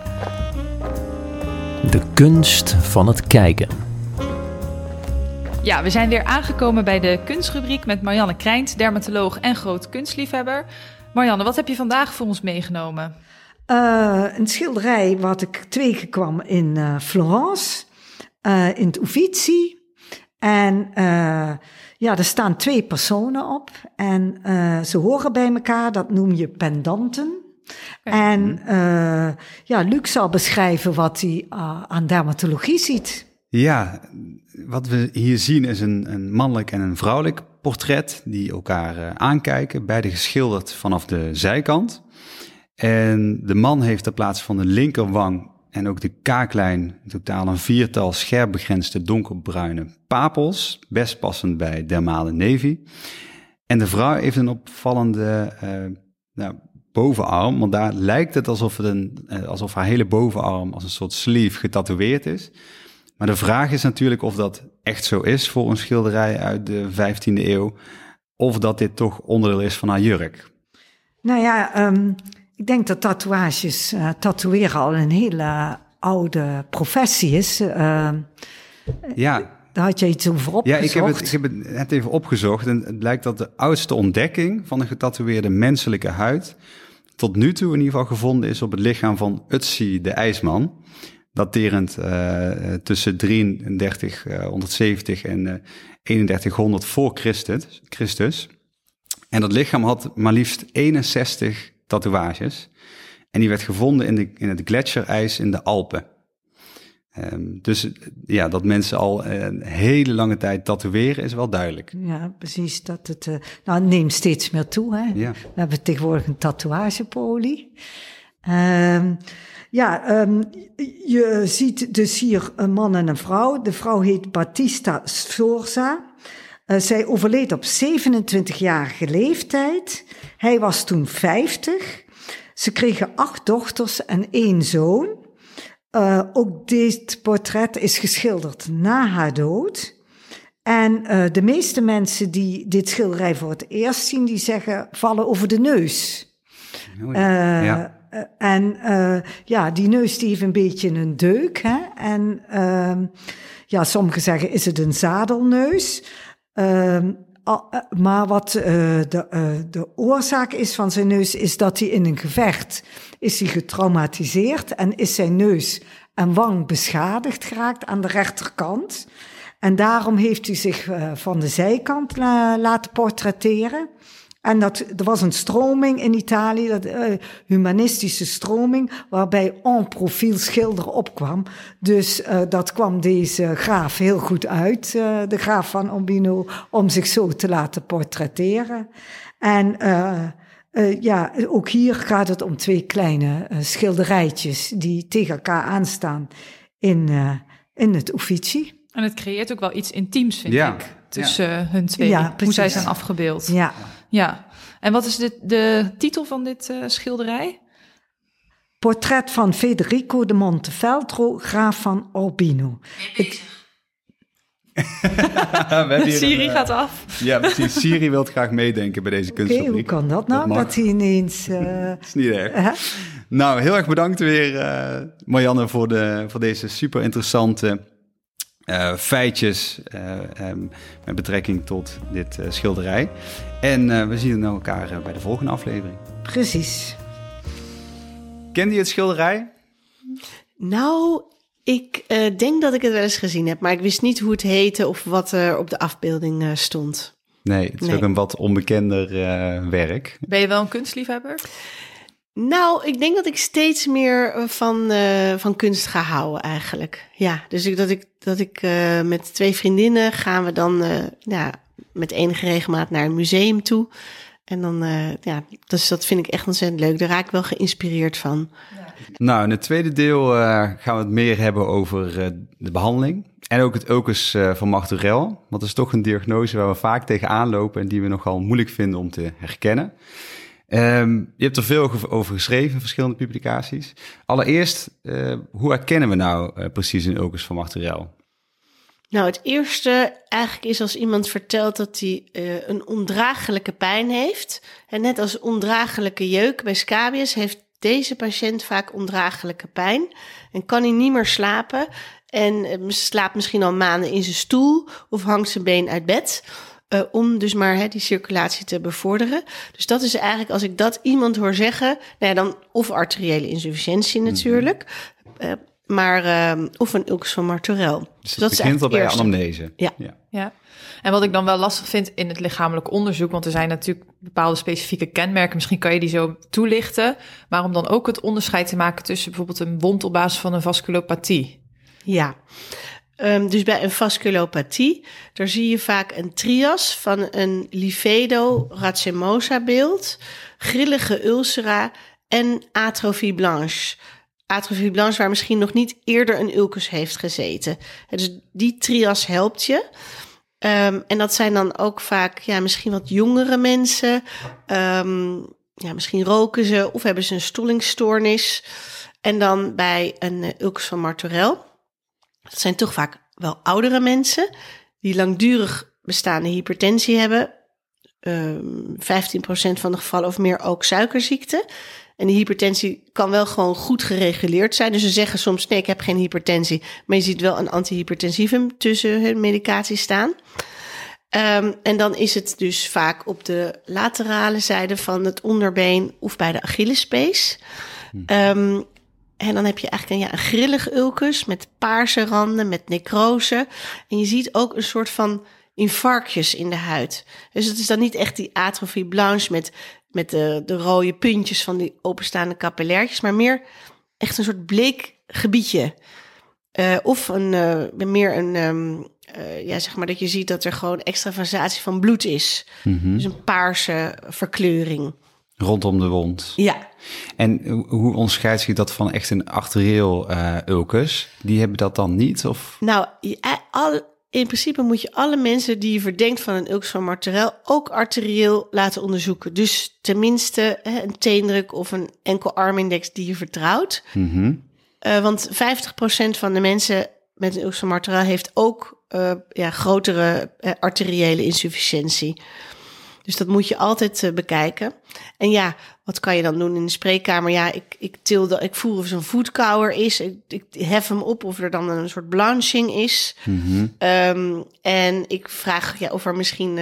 De kunst van het kijken.
Ja, we zijn weer aangekomen bij de kunstrubriek met Marianne Krijns, dermatoloog en groot kunstliefhebber. Marianne, wat heb je vandaag voor ons meegenomen?
Een schilderij wat ik tegenkwam in Florence. In het Uffizi. En er staan 2 personen op. En ze horen bij elkaar, dat noem je pendanten. Okay. En Luc zal beschrijven wat hij aan dermatologie ziet.
Ja, wat we hier zien is een mannelijk en een vrouwelijk portret die elkaar aankijken. Beide geschilderd vanaf de zijkant. En de man heeft ter plaatse van de linkerwang en ook de kaaklijn in totaal een 4-tal scherp begrensde donkerbruine papels, best passend bij dermale nevi. En de vrouw heeft een opvallende bovenarm, want daar lijkt het alsof haar hele bovenarm als een soort sleeve getatoeëerd is. Maar de vraag is natuurlijk of dat echt zo is voor een schilderij uit de 15e eeuw, of dat dit toch onderdeel is van haar jurk.
Nou ja, ik denk dat tatoeages, tatoeëren al een hele oude professie is. Daar had je iets over opgezocht.
Ja, ik heb het net even opgezocht. En het blijkt dat de oudste ontdekking van een getatoeëerde menselijke huid tot nu toe in ieder geval gevonden is op het lichaam van Ötzi de IJsman. Daterend tussen 3370 en 3100 voor Christus. En dat lichaam had maar liefst 61 tatoeages. En die werd gevonden in het gletsjerijs in de Alpen. Dus dat mensen al een hele lange tijd tatoeëren is wel duidelijk.
Ja, precies. Dat het neemt steeds meer toe. Hè? Ja. We hebben tegenwoordig een tatoeagepolie. Je ziet dus hier een man en een vrouw. De vrouw heet Battista Sforza. Zij overleed op 27-jarige leeftijd. Hij was toen 50. Ze kregen 8 dochters en 1 zoon. Ook dit portret is geschilderd na haar dood. En de meeste mensen die dit schilderij voor het eerst zien, die zeggen vallen over de neus. Die neus die heeft een beetje een deuk. Hè? En sommigen zeggen is het een zadelneus. Maar wat de oorzaak is van zijn neus, is dat hij in een gevecht is hij getraumatiseerd en is zijn neus en wang beschadigd geraakt aan de rechterkant. En daarom heeft hij zich van de zijkant laten portretteren. En er was een stroming in Italië, humanistische stroming, waarbij en profiel schilderen opkwam. Dus dat kwam deze graaf heel goed uit, de graaf van Urbino, om zich zo te laten portretteren. En ook hier gaat het om 2 kleine schilderijtjes die tegen elkaar aanstaan in het Uffizi.
En het creëert ook wel iets intiems, vind ik, tussen hun twee.
Ja,
hoe zij zijn afgebeeld. Ja. En wat is de titel van dit schilderij?
Portret van Federico de Montefeltro, graaf van Urbino.
Siri gaat af.
Ja, precies. Siri wil graag meedenken bij deze kunstfabriek.
Hoe kan dat nou? Dat hij ineens...
Dat is niet erg. Nou, heel erg bedankt weer, Marianne, voor deze super interessante feitjes met betrekking tot dit schilderij. En we zien elkaar bij de volgende aflevering.
Precies.
Kende je het schilderij?
Nou, ik denk dat ik het wel eens gezien heb, maar ik wist niet hoe het heette of wat er op de afbeelding stond.
Nee, het is ook een wat onbekender werk.
Ben je wel een kunstliefhebber?
Nou, ik denk dat ik steeds meer van kunst ga houden eigenlijk. Ja, dus dat ik met 2 vriendinnen gaan we dan met enige regelmaat naar een museum toe. En dan, dus dat vind ik echt ontzettend leuk. Daar raak ik wel geïnspireerd van.
Ja. Nou, in het tweede deel gaan we het meer hebben over de behandeling. En ook het ulcus van Martorell. Want dat is toch een diagnose waar we vaak tegenaan lopen en die we nogal moeilijk vinden om te herkennen. Je hebt er veel over geschreven, verschillende publicaties. Allereerst, hoe herkennen we nou precies een ulcus van Martorell?
Nou, het eerste eigenlijk is als iemand vertelt dat hij een ondraaglijke pijn heeft. En net als ondraaglijke jeuk bij scabies heeft deze patiënt vaak ondraaglijke pijn. En kan hij niet meer slapen en slaapt misschien al maanden in zijn stoel of hangt zijn been uit bed. Om dus maar die circulatie te bevorderen. Dus dat is eigenlijk, als ik dat iemand hoor zeggen, dan of arteriële insufficiëntie natuurlijk, of een ulcus van Martorell.
Dus dat begint al bij anamnese.
Ja. En wat ik dan wel lastig vind in het lichamelijk onderzoek, want er zijn natuurlijk bepaalde specifieke kenmerken, misschien kan je die zo toelichten, maar om dan ook het onderscheid te maken tussen bijvoorbeeld een wond op basis van een vasculopathie.
Ja. Dus bij een vasculopathie, daar zie je vaak een trias van een livedo racemosa beeld, grillige ulcera en atrophie blanche. Atrophie blanche waar misschien nog niet eerder een ulcus heeft gezeten. Dus die trias helpt je. En dat zijn dan ook vaak misschien wat jongere mensen. Misschien roken ze of hebben ze een stollingsstoornis. En dan bij een ulcus van Martorell. Dat zijn toch vaak wel oudere mensen die langdurig bestaande hypertensie hebben. 15% van de gevallen of meer ook suikerziekte. En die hypertensie kan wel gewoon goed gereguleerd zijn. Dus ze zeggen soms, nee, ik heb geen hypertensie. Maar je ziet wel een antihypertensivum tussen hun medicatie staan. En dan is het dus vaak op de laterale zijde van het onderbeen of bij de Achillespees. En dan heb je eigenlijk een grillig ulcus met paarse randen, met necrose. En je ziet ook een soort van infarctjes in de huid. Dus het is dan niet echt die atrophie blanche met de rode puntjes van die openstaande capillairtjes, maar meer echt een soort bleek gebiedje. Of zeg maar dat je ziet dat er gewoon extravasatie van bloed is. Mm-hmm. Dus een paarse verkleuring.
Rondom de wond.
Ja.
En hoe onderscheidt zich dat van echt een arterieel ulcus? Die hebben dat dan niet? Of?
Nou, in principe moet je alle mensen die je verdenkt van een ulcus van Martorell ook arterieel laten onderzoeken. Dus tenminste een teendruk of een enkel-armindex die je vertrouwt. Mm-hmm. Want 50% van de mensen met een ulcus van Martorell heeft ook grotere arteriële insufficiëntie. Dus dat moet je altijd bekijken. En wat kan je dan doen in de spreekkamer? Ik voel of er een voetkouwer is. Ik hef hem op of er dan een soort blanching is. Mm-hmm. En ik vraag of er misschien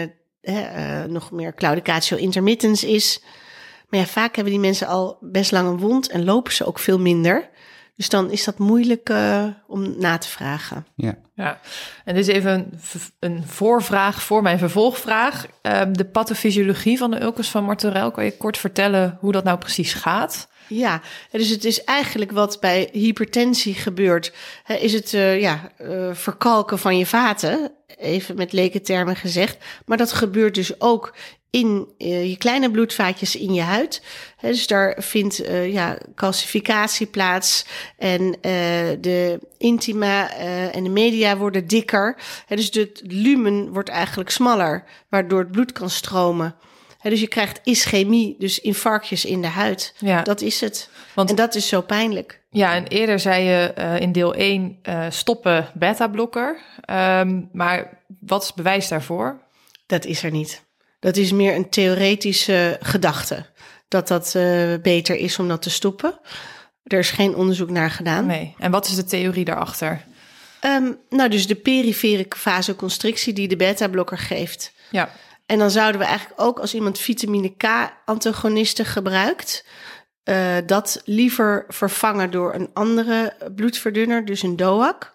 nog meer claudicatio intermittens is. Maar ja, vaak hebben die mensen al best lang een wond en lopen ze ook veel minder. Dus dan is dat moeilijk om na te vragen.
Ja, en dit is even een voorvraag voor mijn vervolgvraag. De pathofysiologie van de ulcus van Martorell. Kan je kort vertellen hoe dat nou precies gaat?
Ja, dus het is eigenlijk wat bij hypertensie gebeurt. Is het verkalken van je vaten, even met lekentermen gezegd. Maar dat gebeurt dus ook in je kleine bloedvaatjes in je huid. Dus daar vindt calcificatie plaats en de intima en de media worden dikker. Dus het lumen wordt eigenlijk smaller, waardoor het bloed kan stromen. Dus je krijgt ischemie, dus infarctjes in de huid. Ja. Dat is het. En dat is zo pijnlijk.
Ja, en eerder zei je in deel 1 stoppen beta-blokker. Maar wat is bewijs daarvoor?
Dat is er niet. Dat is meer een theoretische gedachte. Dat beter is om dat te stoppen. Er is geen onderzoek naar gedaan.
Nee. En wat is de theorie daarachter?
Dus de perifere vasoconstrictie die de beta-blokker geeft.
Ja.
En dan zouden we eigenlijk ook als iemand vitamine K-antagonisten gebruikt, dat liever vervangen door een andere bloedverdunner, dus een DOAC.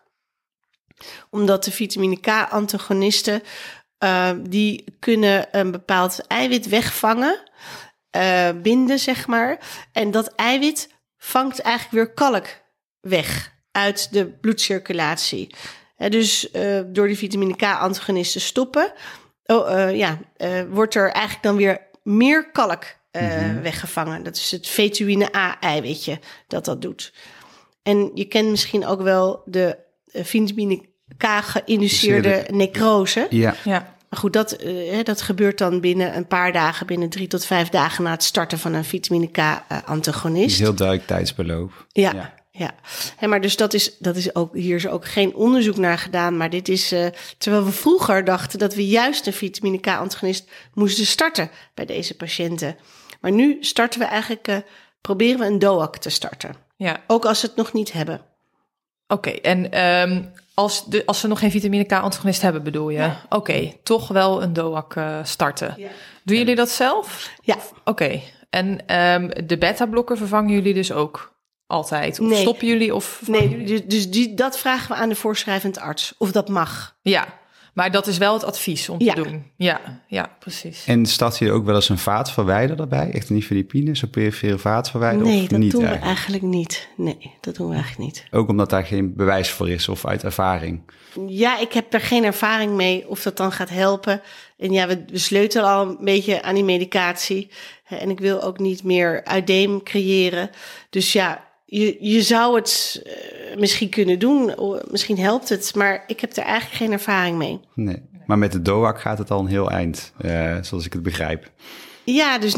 Omdat de vitamine K-antagonisten, die kunnen een bepaald eiwit wegvangen, binden zeg maar. En dat eiwit vangt eigenlijk weer kalk weg uit de bloedcirculatie. Dus door die vitamine K-antagonisten stoppen, wordt er eigenlijk dan weer meer kalk weggevangen. Dat is het vetuïne A-eiwitje dat doet. En je kent misschien ook wel de vitamine K-geïnduceerde necrose.
Ja.
Maar goed, dat gebeurt dan binnen een paar dagen, binnen 3 tot 5 dagen na het starten van een vitamine K-antagonist.
Heel duidelijk tijdsbeloop.
Ja. Maar dus dat is ook, hier is ook geen onderzoek naar gedaan. Maar dit is, terwijl we vroeger dachten dat we juist een vitamine K-antagonist moesten starten bij deze patiënten. Maar nu starten we eigenlijk, proberen we een DOAC te starten.
Ja.
Ook als ze het nog niet hebben.
Oké, en als ze nog geen vitamine K-antagonist hebben, bedoel je? Ja. Oké, toch wel een DOAC starten. Ja. Doen jullie dat zelf?
Ja.
Oké, en de beta-blokker vervangen jullie dus ook altijd? Of stoppen jullie?
Dus dat vragen we aan de voorschrijvend arts, of dat mag.
Ja, maar dat is wel het advies om te doen. Ja, precies.
En start je ook wel eens een vaatverwijder erbij? Echt een nifedipine, zo'n perifere vaatverwijder?
Nee,
of
dat
niet
doen we eigenlijk niet. Nee, dat doen we eigenlijk niet.
Ook omdat daar geen bewijs voor is of uit ervaring?
Ja, ik heb daar geen ervaring mee of dat dan gaat helpen. En ja, we sleutelen al een beetje aan die medicatie. En ik wil ook niet meer uideem creëren. Dus ja, je zou het misschien kunnen doen, misschien helpt het, maar ik heb er eigenlijk geen ervaring mee.
Nee, maar met de DOAC gaat het al een heel eind, zoals ik het begrijp.
Ja, dus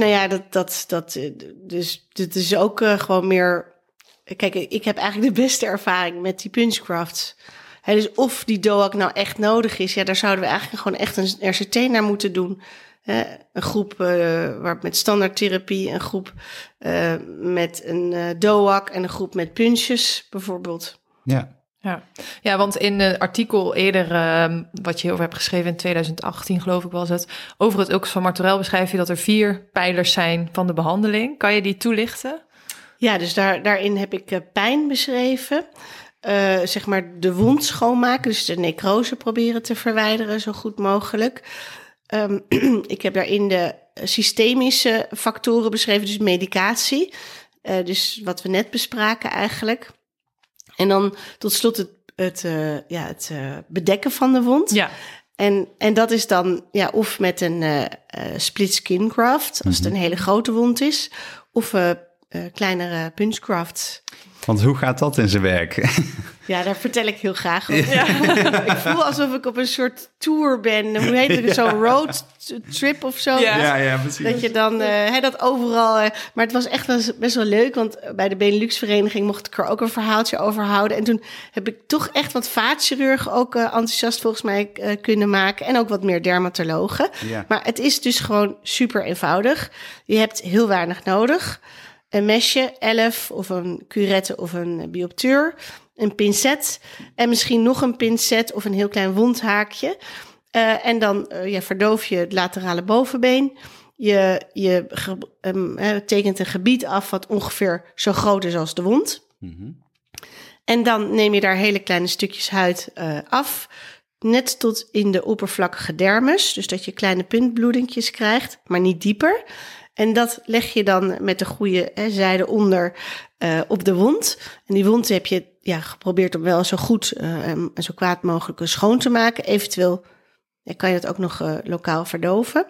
dus dit is ook gewoon meer. Kijk, ik heb eigenlijk de beste ervaring met die punchgrafts. Dus of die DOAC nou echt nodig is, daar zouden we eigenlijk gewoon echt een RCT naar moeten doen. Een groep met standaardtherapie, een groep met een DOAC en een groep met punches bijvoorbeeld.
Ja, want in een artikel eerder, wat je hierover hebt geschreven in 2018, geloof ik was het, over het ulcus van Martorell beschrijf je dat er 4 pijlers zijn van de behandeling. Kan je die toelichten?
Ja, dus daarin heb ik pijn beschreven. Zeg maar de wond schoonmaken, dus de necrose proberen te verwijderen zo goed mogelijk. Ik heb daarin de systemische factoren beschreven, dus medicatie. Dus wat we net bespraken eigenlijk. En dan tot slot het bedekken van de wond. Ja. En dat is dan of met een split skin graft, als het een hele grote wond is, of kleinere punchgrafts.
Want hoe gaat dat in zijn werk?
Ja, daar vertel ik heel graag over. Ja. Ik voel alsof ik op een soort tour ben. Hoe heet het? Zo'n roadtrip of zo.
Ja, precies.
Dat je dan dat overal... maar het was echt best wel leuk, want bij de Benelux-vereniging mocht ik er ook een verhaaltje over houden. En toen heb ik toch echt wat vaatchirurgen ook enthousiast volgens mij kunnen maken. En ook wat meer dermatologen. Ja. Maar het is dus gewoon super eenvoudig. Je hebt heel weinig nodig. Een mesje, 11 of een curette of een bioptuur, een pincet en misschien nog een pincet of een heel klein wondhaakje. En dan verdoof je het laterale bovenbeen. Je tekent een gebied af wat ongeveer zo groot is als de wond. En dan neem je daar hele kleine stukjes huid af. Net tot in de oppervlakkige dermis. Dus dat je kleine puntbloedingjes krijgt, maar niet dieper. En dat leg je dan met de goede zijde onder op de wond. En die wond heb je geprobeerd om wel zo goed en zo kwaad mogelijk schoon te maken. Eventueel kan je het ook nog lokaal verdoven.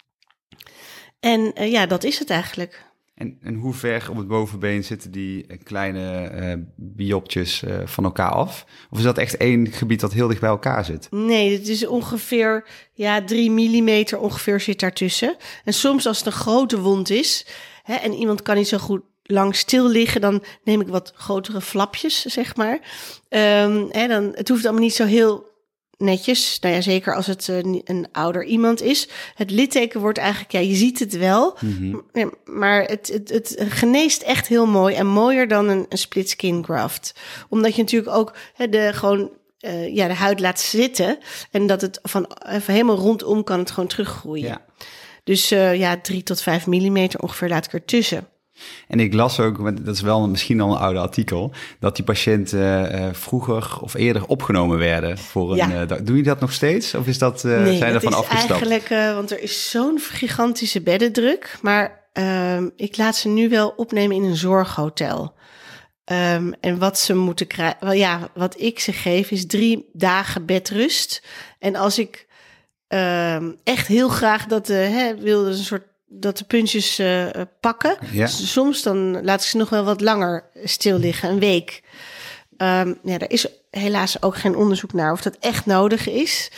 En dat is het eigenlijk.
En hoe ver op het bovenbeen zitten die kleine biopjes van elkaar af? Of is dat echt één gebied dat heel dicht bij elkaar zit?
Nee, het is ongeveer 3 millimeter ongeveer zit daartussen. En soms als het een grote wond is en iemand kan niet zo goed lang stil liggen, dan neem ik wat grotere flapjes, zeg maar. Het hoeft allemaal niet zo heel netjes. Nou ja, zeker als het een ouder iemand is. Het litteken wordt eigenlijk, je ziet het wel. Maar het geneest echt heel mooi. En mooier dan een split skin graft. Omdat je natuurlijk ook de huid laat zitten. En dat het even helemaal rondom kan het gewoon teruggroeien. Ja. Dus 3 tot 5 millimeter ongeveer laat ik ertussen.
En ik las ook, dat is wel misschien al een oude artikel, dat die patiënten vroeger of eerder opgenomen werden voor een. Doe je dat nog steeds? Of is dat,
nee,
zijn er van afgestapt?
Eigenlijk, want er is zo'n gigantische beddendruk. Maar ik laat ze nu wel opnemen in een zorghotel. En wat ze moeten krijgen, wat ik ze geef, is 3 dagen bedrust. En als ik echt heel graag wil, een soort dat de puntjes pakken. Ja. Soms dan laat ik ze nog wel wat langer stil liggen, een week. Er is helaas ook geen onderzoek naar of dat echt nodig is.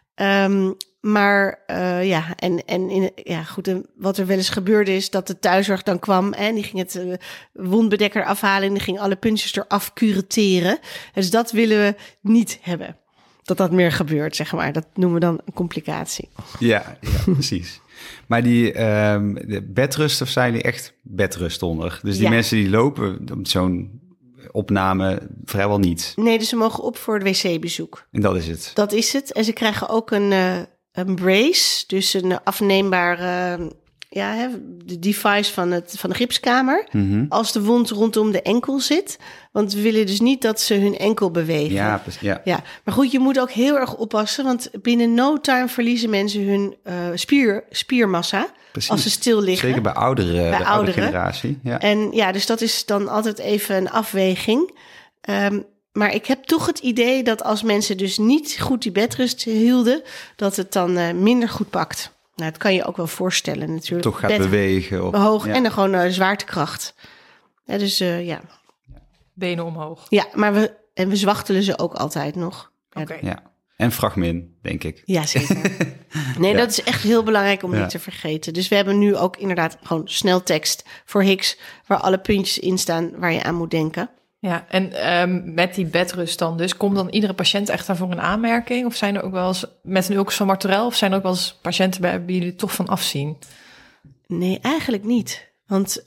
Wat er wel eens gebeurde is dat de thuiszorg dan kwam en die ging het wondbedekker afhalen en die ging alle puntjes eraf curetteren. Dus dat willen we niet hebben. Dat meer gebeurt, zeg maar. Dat noemen we dan een complicatie.
Ja, precies. Maar de bedrust, of zijn die echt bedrust onder? Dus die mensen die lopen op zo'n opname vrijwel niet?
Nee, dus ze mogen op voor het wc-bezoek.
En dat is het?
Dat is het. En ze krijgen ook een brace, dus een afneembare de device van de gipskamer. Als de wond rondom de enkel zit. Want we willen dus niet dat ze hun enkel bewegen. Ja. Maar goed, je moet ook heel erg oppassen. Want binnen no time verliezen mensen hun spiermassa. Precies. Als ze stil liggen.
Zeker bij oudere generatie. Ja. En
dus dat is dan altijd even een afweging. Maar ik heb toch het idee dat als mensen dus niet goed die bedrust hielden, dat het dan minder goed pakt. Nou, dat kan je ook wel voorstellen natuurlijk.
Toch gaat bewegen.
Hoog en dan gewoon zwaartekracht. Ja, dus
benen omhoog.
Ja, maar we zwachtelen ze ook altijd nog.
Oké.
Ja. En fragmin, denk ik.
Ja, zeker. Nee, dat is echt heel belangrijk om niet te vergeten. Dus we hebben nu ook inderdaad gewoon sneltekst voor Hicks, waar alle puntjes in staan waar je aan moet denken.
Ja, en met die bedrust dan dus, komt dan iedere patiënt echt daarvoor een aanmerking? Of zijn er ook wel eens, met een ulcus van Martorell, of zijn er ook wel eens patiënten bij wie jullie toch van afzien?
Nee, eigenlijk niet. Want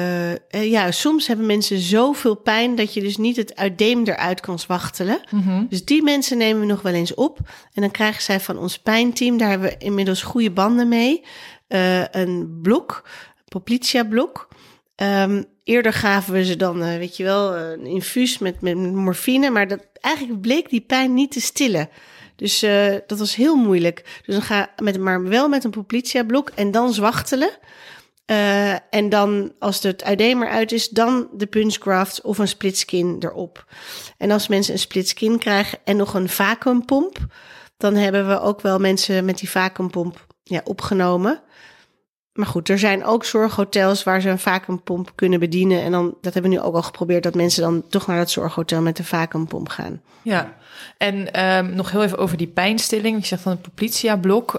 soms hebben mensen zoveel pijn dat je dus niet het uitdeem eruit kan zwachtelen. Dus die mensen nemen we nog wel eens op. En dan krijgen zij van ons pijnteam, daar hebben we inmiddels goede banden mee, een blok, een Poplitia-blok. Eerder gaven we ze dan, een infuus met morfine. Maar eigenlijk bleek die pijn niet te stillen. Dus dat was heel moeilijk. Dus dan ga wel met een Poplitia-blok en dan zwachtelen. En dan, als het uitdeem eruit is, dan de punchgraft of een split skin erop. En als mensen een split skin krijgen en nog een vacuumpomp, dan hebben we ook wel mensen met die vacuumpomp opgenomen. Maar goed, er zijn ook zorghotels waar ze een vacuumpomp kunnen bedienen. En dan, dat hebben we nu ook al geprobeerd, dat mensen dan toch naar dat zorghotel met een vacuumpomp gaan.
Ja, en nog heel even over die pijnstilling. Je zegt van een Poplitia-blok.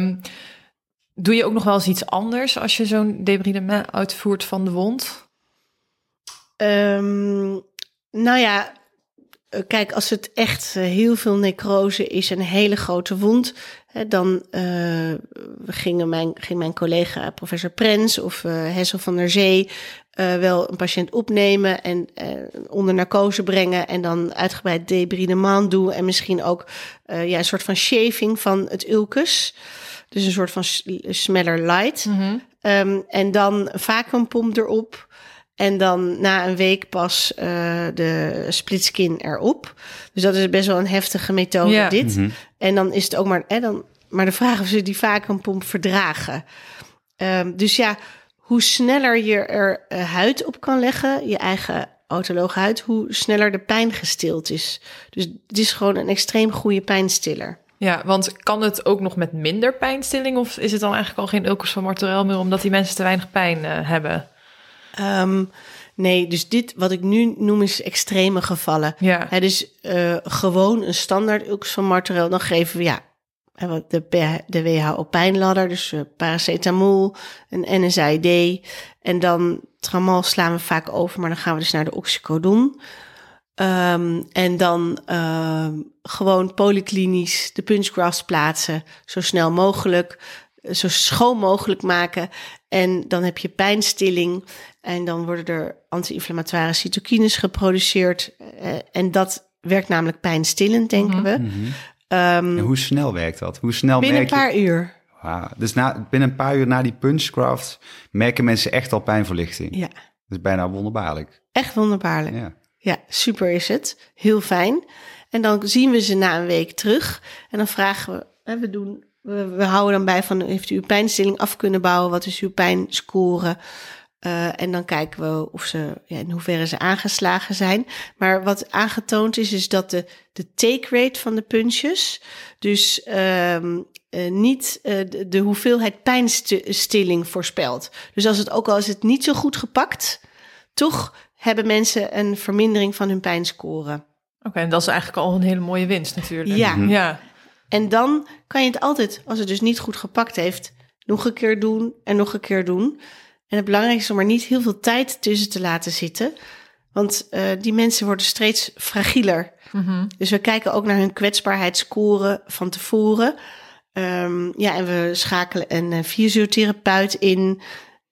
Doe je ook nog wel eens iets anders als je zo'n debridement uitvoert van de wond?
kijk, als het echt heel veel necrose is, een hele grote wond, dan ging mijn collega professor Prens of Hessel van der Zee wel een patiënt opnemen en onder narcose brengen en dan uitgebreid debridement doen en misschien ook een soort van shaving van het ulcus. Dus een soort van smeller light.
Mm-hmm.
En dan een vacuumpomp erop. En dan na een week pas de splitskin erop. Dus dat is best wel een heftige methode, dit.
Mm-hmm.
En dan is het ook maar de vraag of ze die vacuumpomp verdragen. Dus ja, hoe sneller je er huid op kan leggen, je eigen autologe huid, hoe sneller de pijn gestild is. Dus het is gewoon een extreem goede pijnstiller.
Ja, want kan het ook nog met minder pijnstilling? Of is het dan eigenlijk al geen ulcus van Martorell meer, omdat die mensen te weinig pijn hebben?
Nee, dus dit wat ik nu noem is extreme gevallen.
Ja.
Dus gewoon een standaard ulcus van Martorell, dan geven we de WHO pijnladder, dus paracetamol, een NSAID. En dan tramal slaan we vaak over, maar dan gaan we dus naar de oxycodon. En dan gewoon polyklinisch de punchgrafts plaatsen, zo snel mogelijk, zo schoon mogelijk maken. En dan heb je pijnstilling en dan worden er anti-inflammatoire cytokines geproduceerd. En dat werkt namelijk pijnstillend, denken we.
Mm-hmm. En hoe snel werkt dat? Hoe snel
binnen een paar uur.
Wow. Dus binnen een paar uur na die punchgraft merken mensen echt al pijnverlichting.
Ja.
Dat is bijna wonderbaarlijk.
Echt wonderbaarlijk.
Ja.
Ja, super is het. Heel fijn. En dan zien we ze na een week terug. En dan vragen we houden dan bij van, heeft u uw pijnstilling af kunnen bouwen? Wat is uw pijnscore? En dan kijken we of ze, in hoeverre ze aangeslagen zijn. Maar wat aangetoond is dat de take rate van de punches, dus niet de hoeveelheid pijnstilling voorspelt. Dus als het niet zo goed gepakt, toch hebben mensen een vermindering van hun pijnscore.
Oké, en dat is eigenlijk al een hele mooie winst natuurlijk.
Ja.
Mm-hmm.
Ja.
En dan kan je het altijd, als het dus niet goed gepakt heeft, nog een keer doen en nog een keer doen. En het belangrijkste is om er niet heel veel tijd tussen te laten zitten. Want die mensen worden steeds fragieler.
Mm-hmm.
Dus we kijken ook naar hun kwetsbaarheidsscore van tevoren. En we schakelen een fysiotherapeut in.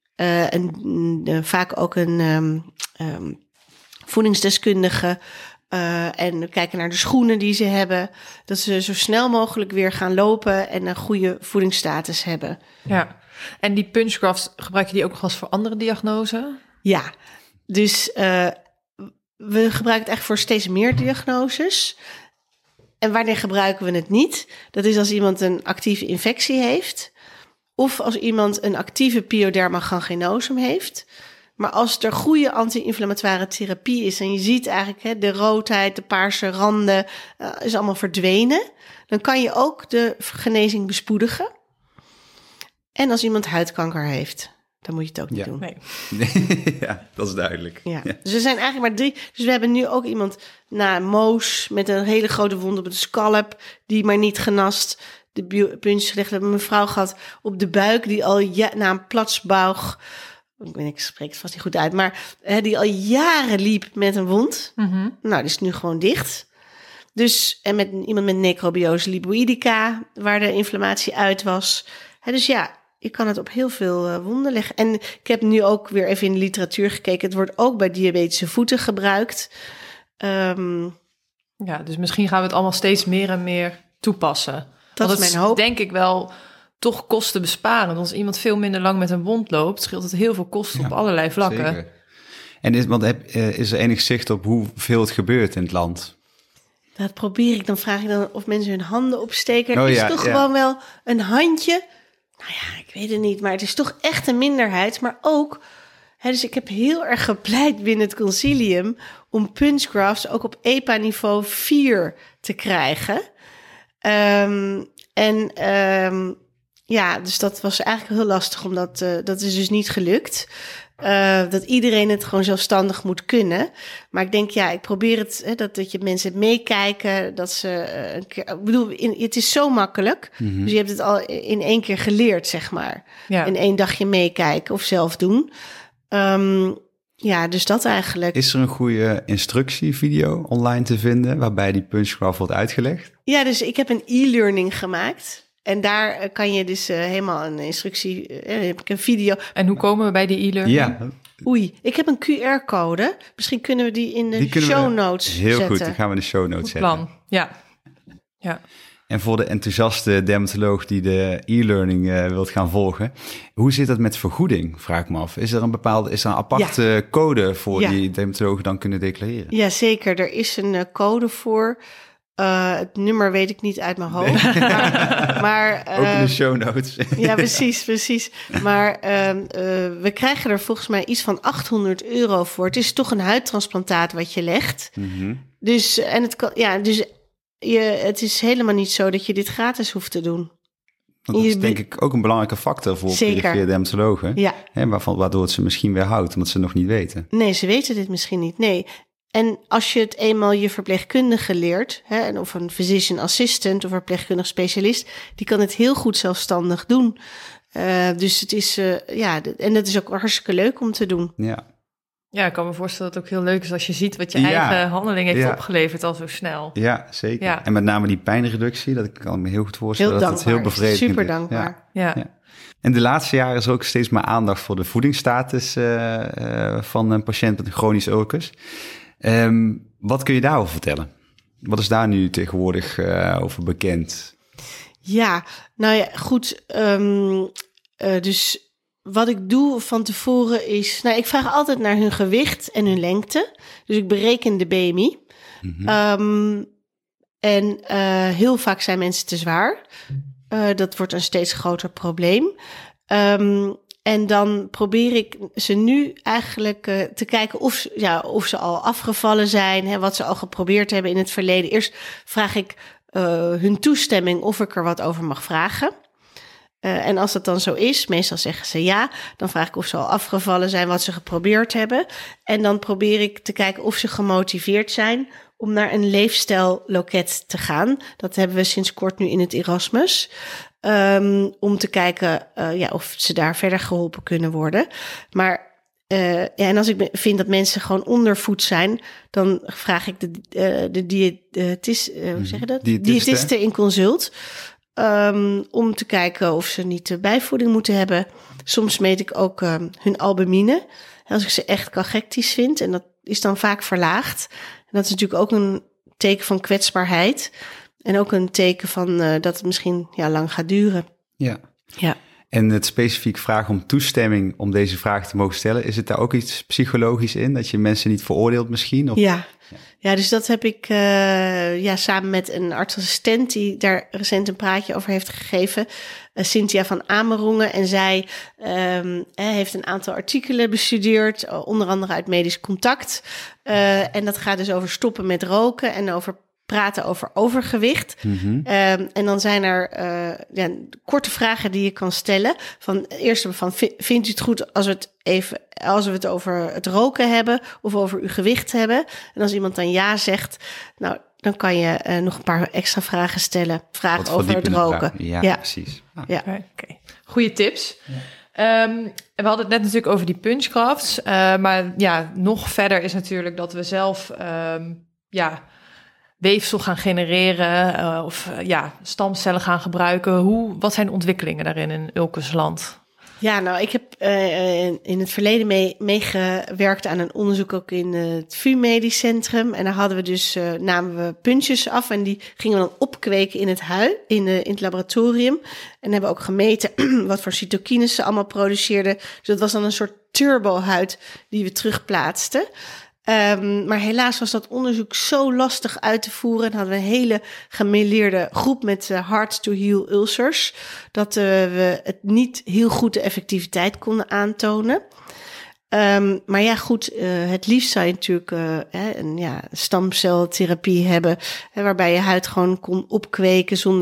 Vaak ook een voedingsdeskundige. En we kijken naar de schoenen die ze hebben. Dat ze zo snel mogelijk weer gaan lopen en een goede voedingsstatus hebben.
Ja. En die punchgrafts, gebruik je die ook nog eens voor andere diagnoses?
Ja, dus we gebruiken het echt voor steeds meer diagnoses. En wanneer gebruiken we het niet? Dat is als iemand een actieve infectie heeft, of als iemand een actieve pyoderma gangrenosum heeft. Maar als er goede anti-inflammatoire therapie is en je ziet eigenlijk de roodheid, de paarse randen, is allemaal verdwenen, dan kan je ook de genezing bespoedigen. En als iemand huidkanker heeft, dan moet je het ook niet doen.
Nee.
Ja, dat is duidelijk.
Ja. Dus er zijn eigenlijk maar 3. Dus we hebben nu ook iemand na Moos met een hele grote wond op het scalp, die maar niet genast. De puntjes gelegd. We hebben een mevrouw gehad op de buik, die al na een platsbouw, ik spreek het vast niet goed uit, maar die al jaren liep met een wond.
Mm-hmm.
Nou, die is nu gewoon dicht. Dus, en met iemand met necrobiose lipoïdica, waar de inflammatie uit was. Dus ja, je kan het op heel veel wonden leggen. En ik heb nu ook weer even in de literatuur gekeken. Het wordt ook bij diabetische voeten gebruikt.
Ja, dus misschien gaan we het allemaal steeds meer en meer toepassen.
Dat
Want
is mijn hoop.
Denk ik wel toch kosten besparen. Als iemand veel minder lang met een wond loopt, scheelt het heel veel kosten op allerlei vlakken.
Zeker. En is er enig zicht op hoeveel het gebeurt in het land?
Dat probeer ik. Dan vraag ik dan of mensen hun handen opsteken.
Oh,
Het is
ja,
toch
ja.
gewoon wel een handje. Nou ja, ik weet het niet. Maar het is toch echt een minderheid. Maar ook, dus ik heb heel erg gepleit binnen het concilium om punchgrafts ook op EPA-niveau 4 te krijgen. Dus dat was eigenlijk heel lastig, omdat dat is dus niet gelukt. Dat iedereen het gewoon zelfstandig moet kunnen. Maar ik denk, ik probeer het, dat je mensen meekijken, dat ze een keer, ik bedoel, het is zo makkelijk.
Mm-hmm.
Dus je hebt het al in 1 keer geleerd, zeg maar.
Ja.
In 1 dagje meekijken of zelf doen. Ja, dus dat eigenlijk.
Is er een goede instructievideo online te vinden waarbij die punchgraph wordt uitgelegd?
Ja, dus ik heb een e-learning gemaakt. En daar kan je dus helemaal een instructie, heb ik een video.
En hoe komen we bij die e-learning?
Ja,
Oei, ik heb een QR-code. Misschien kunnen we die in de show notes
heel
zetten.
goed, die gaan we in de show notes
Goed
zetten.
plan, ja.
En voor de enthousiaste dermatoloog die de e-learning wilt gaan volgen, hoe zit dat met vergoeding, vraag ik me af. Is er een aparte code voor die dermatologen dan kunnen declareren?
Ja, zeker. Er is een code voor. Het nummer weet ik niet uit mijn hoofd. Nee. Maar
ook in de show notes.
Ja, precies. Maar we krijgen er volgens mij iets van €800 voor. Het is toch een huidtransplantaat wat je legt.
Mm-hmm.
Dus, het is helemaal niet zo dat je dit gratis hoeft te doen.
Dat is denk ik ook een belangrijke factor voor perifere dermatologen.
Ja.
Waardoor het ze misschien weerhoudt, omdat ze het nog niet weten.
Nee, ze weten dit misschien niet. Nee. En als je het eenmaal je verpleegkundige leert, of een physician assistant of een verpleegkundig specialist, die kan het heel goed zelfstandig doen. Dus het is, en dat is ook hartstikke leuk om te doen.
Ja, ik kan me voorstellen dat het ook heel leuk is als je ziet wat je eigen handeling heeft opgeleverd al zo snel.
Ja, zeker.
Ja.
En met name die pijnreductie, dat kan me heel goed voorstellen.
Heel
dat
dankbaar.
het heel bevredigend
Super
is.
dankbaar.
Ja.
En de laatste jaren is er ook steeds meer aandacht voor de voedingsstatus van een patiënt met een chronisch ulcus. Wat kun je daarover vertellen? Wat is daar nu tegenwoordig over bekend?
Ja, nou ja, goed. Dus wat ik doe van tevoren is... ik vraag altijd naar hun gewicht en hun lengte. Dus ik bereken de BMI. Mm-hmm. En heel vaak zijn mensen te zwaar. Dat wordt een steeds groter probleem. En dan probeer ik ze nu eigenlijk te kijken of ze al afgevallen zijn, wat ze al geprobeerd hebben in het verleden. Eerst vraag ik hun toestemming of ik er wat over mag vragen. En als dat dan zo is, meestal zeggen ze ja, dan vraag ik of ze al afgevallen zijn, wat ze geprobeerd hebben. En dan probeer ik te kijken of ze gemotiveerd zijn om naar een leefstijlloket te gaan. Dat hebben we sinds kort nu in het Erasmus. Om te kijken of ze daar verder geholpen kunnen worden. Maar en als ik vind dat mensen gewoon ondervoed zijn, dan vraag ik de diëtiste in consult. Om te kijken of ze niet bijvoeding moeten hebben. Soms meet ik ook hun albumine. Als ik ze echt cachectisch vind, en dat is dan vaak verlaagd. En dat is natuurlijk ook een teken van kwetsbaarheid. En ook een teken van dat het misschien lang gaat duren. Ja.
En het specifiek vragen om toestemming om deze vraag te mogen stellen, is het daar ook iets psychologisch in? Dat je mensen niet veroordeelt misschien? Of?
Ja, dus dat heb ik samen met een artsassistent die daar recent een praatje over heeft gegeven. Cynthia van Amerongen. En zij heeft een aantal artikelen bestudeerd, onder andere uit Medisch Contact. En dat gaat dus over stoppen met roken en over praten over overgewicht. Mm-hmm. En dan zijn er korte vragen die je kan stellen. Eerst vindt u het goed als we het over het roken hebben of over uw gewicht hebben? En als iemand dan ja zegt, dan kan je nog een paar extra vragen stellen. Vragen over het roken.
Ja, precies.
Ja.
Okay. Goeie tips. En we hadden het net natuurlijk over die punchgrafts. Maar nog verder is natuurlijk dat we zelf weefsel gaan genereren of stamcellen gaan gebruiken. Wat zijn de ontwikkelingen daarin in ulcusland?
Ja, ik heb in het verleden meegewerkt aan een onderzoek ook in het VU Medisch Centrum. En daar hadden we dus, namen we puntjes af en die gingen we dan opkweken in in het laboratorium. En hebben ook gemeten wat voor cytokines ze allemaal produceerden. Dus dat was dan een soort turbohuid die we terugplaatsten. Maar helaas was dat onderzoek zo lastig uit te voeren. En hadden we een hele gemêleerde groep met hard-to-heal ulcers. Dat we het niet heel goed de effectiviteit konden aantonen. Maar het liefst zou je natuurlijk een stamceltherapie hebben. Waarbij je huid gewoon kon opkweken zonder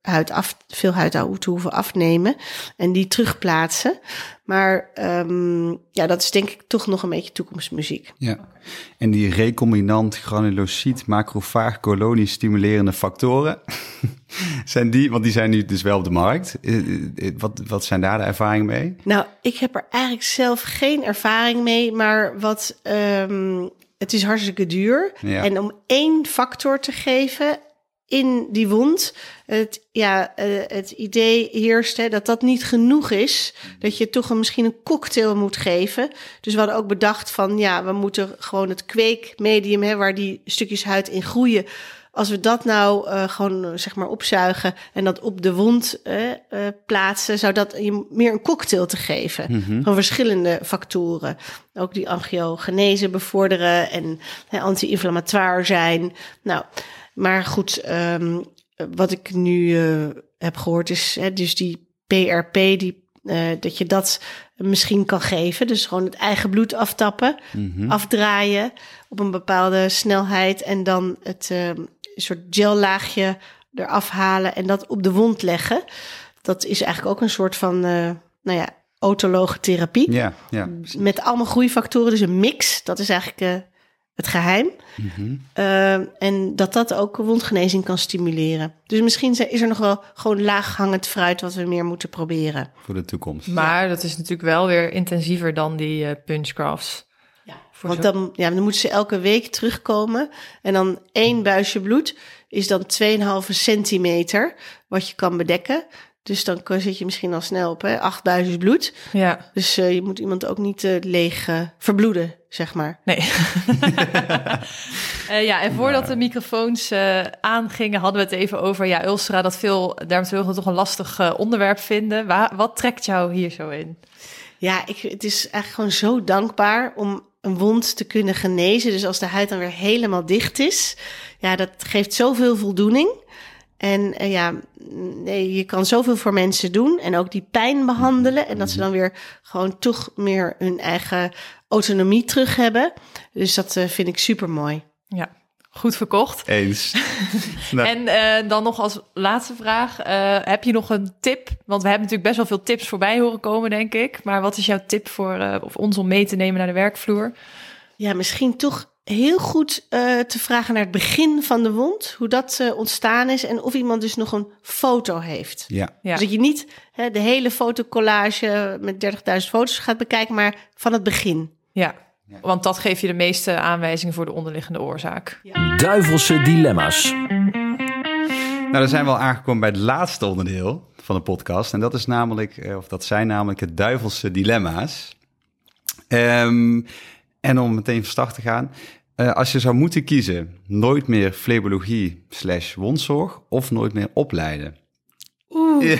veel huid te hoeven afnemen en die terugplaatsen. Maar dat is denk ik toch nog een beetje toekomstmuziek.
Ja, en die recombinant granulocyt macrofaag kolonie stimulerende factoren, want die zijn nu dus wel op de markt. Wat zijn daar de ervaringen mee?
Nou, ik heb er eigenlijk zelf geen ervaring mee, maar het is hartstikke duur. Ja. En om 1 factor te geven in die wond, het idee heerst dat niet genoeg is, dat je toch misschien een cocktail moet geven. Dus we hadden ook bedacht van, we moeten gewoon het kweekmedium, waar die stukjes huid in groeien, als we dat nou gewoon zeg maar opzuigen en dat op de wond plaatsen, zou dat je meer een cocktail te geven van verschillende factoren. Ook die angiogenese bevorderen en anti-inflammatoire zijn. Nou, maar goed, wat ik nu heb gehoord is dus die PRP, dat je dat misschien kan geven. Dus gewoon het eigen bloed aftappen, afdraaien op een bepaalde snelheid en dan het soort gellaagje eraf halen en dat op de wond leggen. Dat is eigenlijk ook een soort van, autologe therapie.
Ja.
Met allemaal groeifactoren, dus een mix. Dat is eigenlijk het geheim. En dat ook wondgenezing kan stimuleren. Dus misschien is er nog wel gewoon laaghangend fruit wat we meer moeten proberen.
Voor de toekomst.
Maar dat is natuurlijk wel weer intensiever dan die punchgrafts.
Ja, want dan moeten ze elke week terugkomen. En dan 1 buisje bloed is dan 2,5 centimeter wat je kan bedekken. Dus dan zit je misschien al snel op 8 buisjes bloed. Ja. Dus je moet iemand ook niet leeg verbloeden, zeg maar.
Nee. En voordat de microfoons aangingen, hadden we het even over ulcera, dat veel dermatologen toch een lastig onderwerp vinden. Wat trekt jou hier zo in?
Ja, het is eigenlijk gewoon zo dankbaar om een wond te kunnen genezen. Dus als de huid dan weer helemaal dicht is, dat geeft zoveel voldoening. En je kan zoveel voor mensen doen en ook die pijn behandelen. En dat ze dan weer gewoon toch meer hun eigen autonomie terug hebben. Dus dat vind ik super mooi.
Ja, goed verkocht.
Eens.
En dan nog als laatste vraag. Heb je nog een tip? Want we hebben natuurlijk best wel veel tips voorbij horen komen, denk ik. Maar wat is jouw tip voor ons om mee te nemen naar de werkvloer?
Ja, misschien toch heel goed te vragen naar het begin van de wond, hoe dat ontstaan is en of iemand dus nog een foto heeft.
Ja.
Dus dat je niet de hele fotocollage met 30.000 foto's gaat bekijken, maar van het begin.
Ja, want dat geeft je de meeste aanwijzingen voor de onderliggende oorzaak.
Ja. Duivelse dilemma's.
Nou, dan zijn we al aangekomen bij het laatste onderdeel van de podcast. En dat is zijn namelijk het duivelse dilemma's. En om meteen van start te gaan. Als je zou moeten kiezen, nooit meer flebologie /wondzorg of nooit meer opleiden?
Oeh.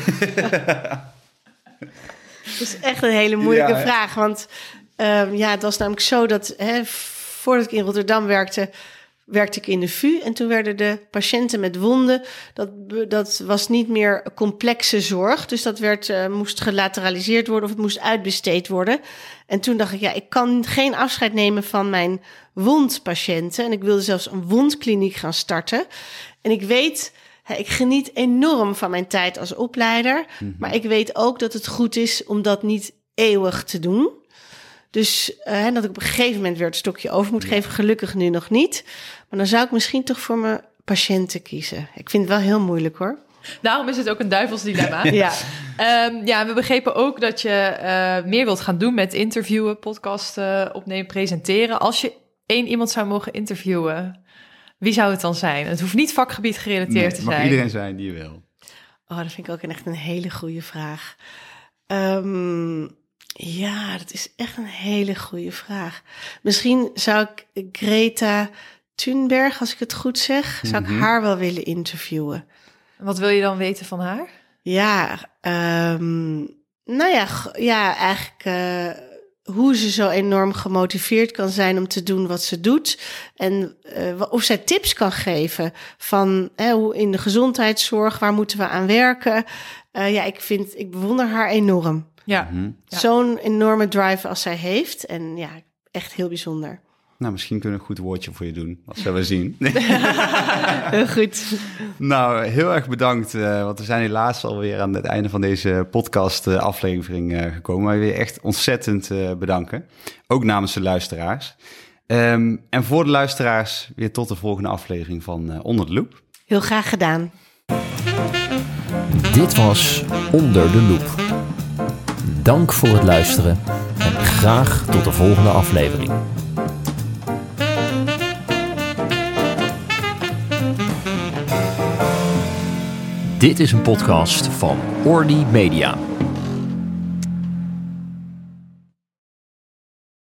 Dat is echt een hele moeilijke vraag. Want het was namelijk zo dat voordat ik in Rotterdam werkte ik in de VU. En toen werden de patiënten met wonden, dat was niet meer complexe zorg. Dus dat moest gelateraliseerd worden of het moest uitbesteed worden. En toen dacht ik, ik kan geen afscheid nemen van mijn wondpatiënten. En ik wilde zelfs een wondkliniek gaan starten. En ik weet, ik geniet enorm van mijn tijd als opleider. Maar ik weet ook dat het goed is om dat niet eeuwig te doen. Dus dat ik op een gegeven moment weer het stokje over moet geven. Gelukkig nu nog niet. Maar dan zou ik misschien toch voor mijn patiënten kiezen. Ik vind het wel heel moeilijk hoor.
Daarom is het ook een duivels dilemma. We begrepen ook dat je meer wilt gaan doen met interviewen, podcast opnemen, presenteren. Als je 1 iemand zou mogen interviewen, wie zou het dan zijn? Het hoeft niet vakgebied gerelateerd te zijn.
Het mag iedereen zijn die je wil.
Oh, dat vind ik ook echt een hele goede vraag. Ja, dat is echt een hele goede vraag. Misschien zou ik Greta Thunberg, als ik het goed zeg, zou ik haar wel willen interviewen.
Wat wil je dan weten van haar?
Ja, eigenlijk hoe ze zo enorm gemotiveerd kan zijn om te doen wat ze doet. En of zij tips kan geven van hoe in de gezondheidszorg, waar moeten we aan werken. Ik bewonder haar enorm.
Ja.
Zo'n enorme drive als zij heeft. En echt heel bijzonder.
Nou, misschien kunnen we een goed woordje voor je doen. Dat zullen we zien.
Heel goed.
Nou, heel erg bedankt. Want we zijn helaas alweer aan het einde van deze podcast aflevering gekomen. Maar ik wil je echt ontzettend bedanken. Ook namens de luisteraars. En voor de luisteraars weer tot de volgende aflevering van Onder de Loep.
Heel graag gedaan.
Dit was Onder de Loep. Dank voor het luisteren en graag tot de volgende aflevering.
Dit is een podcast van Ordi Media.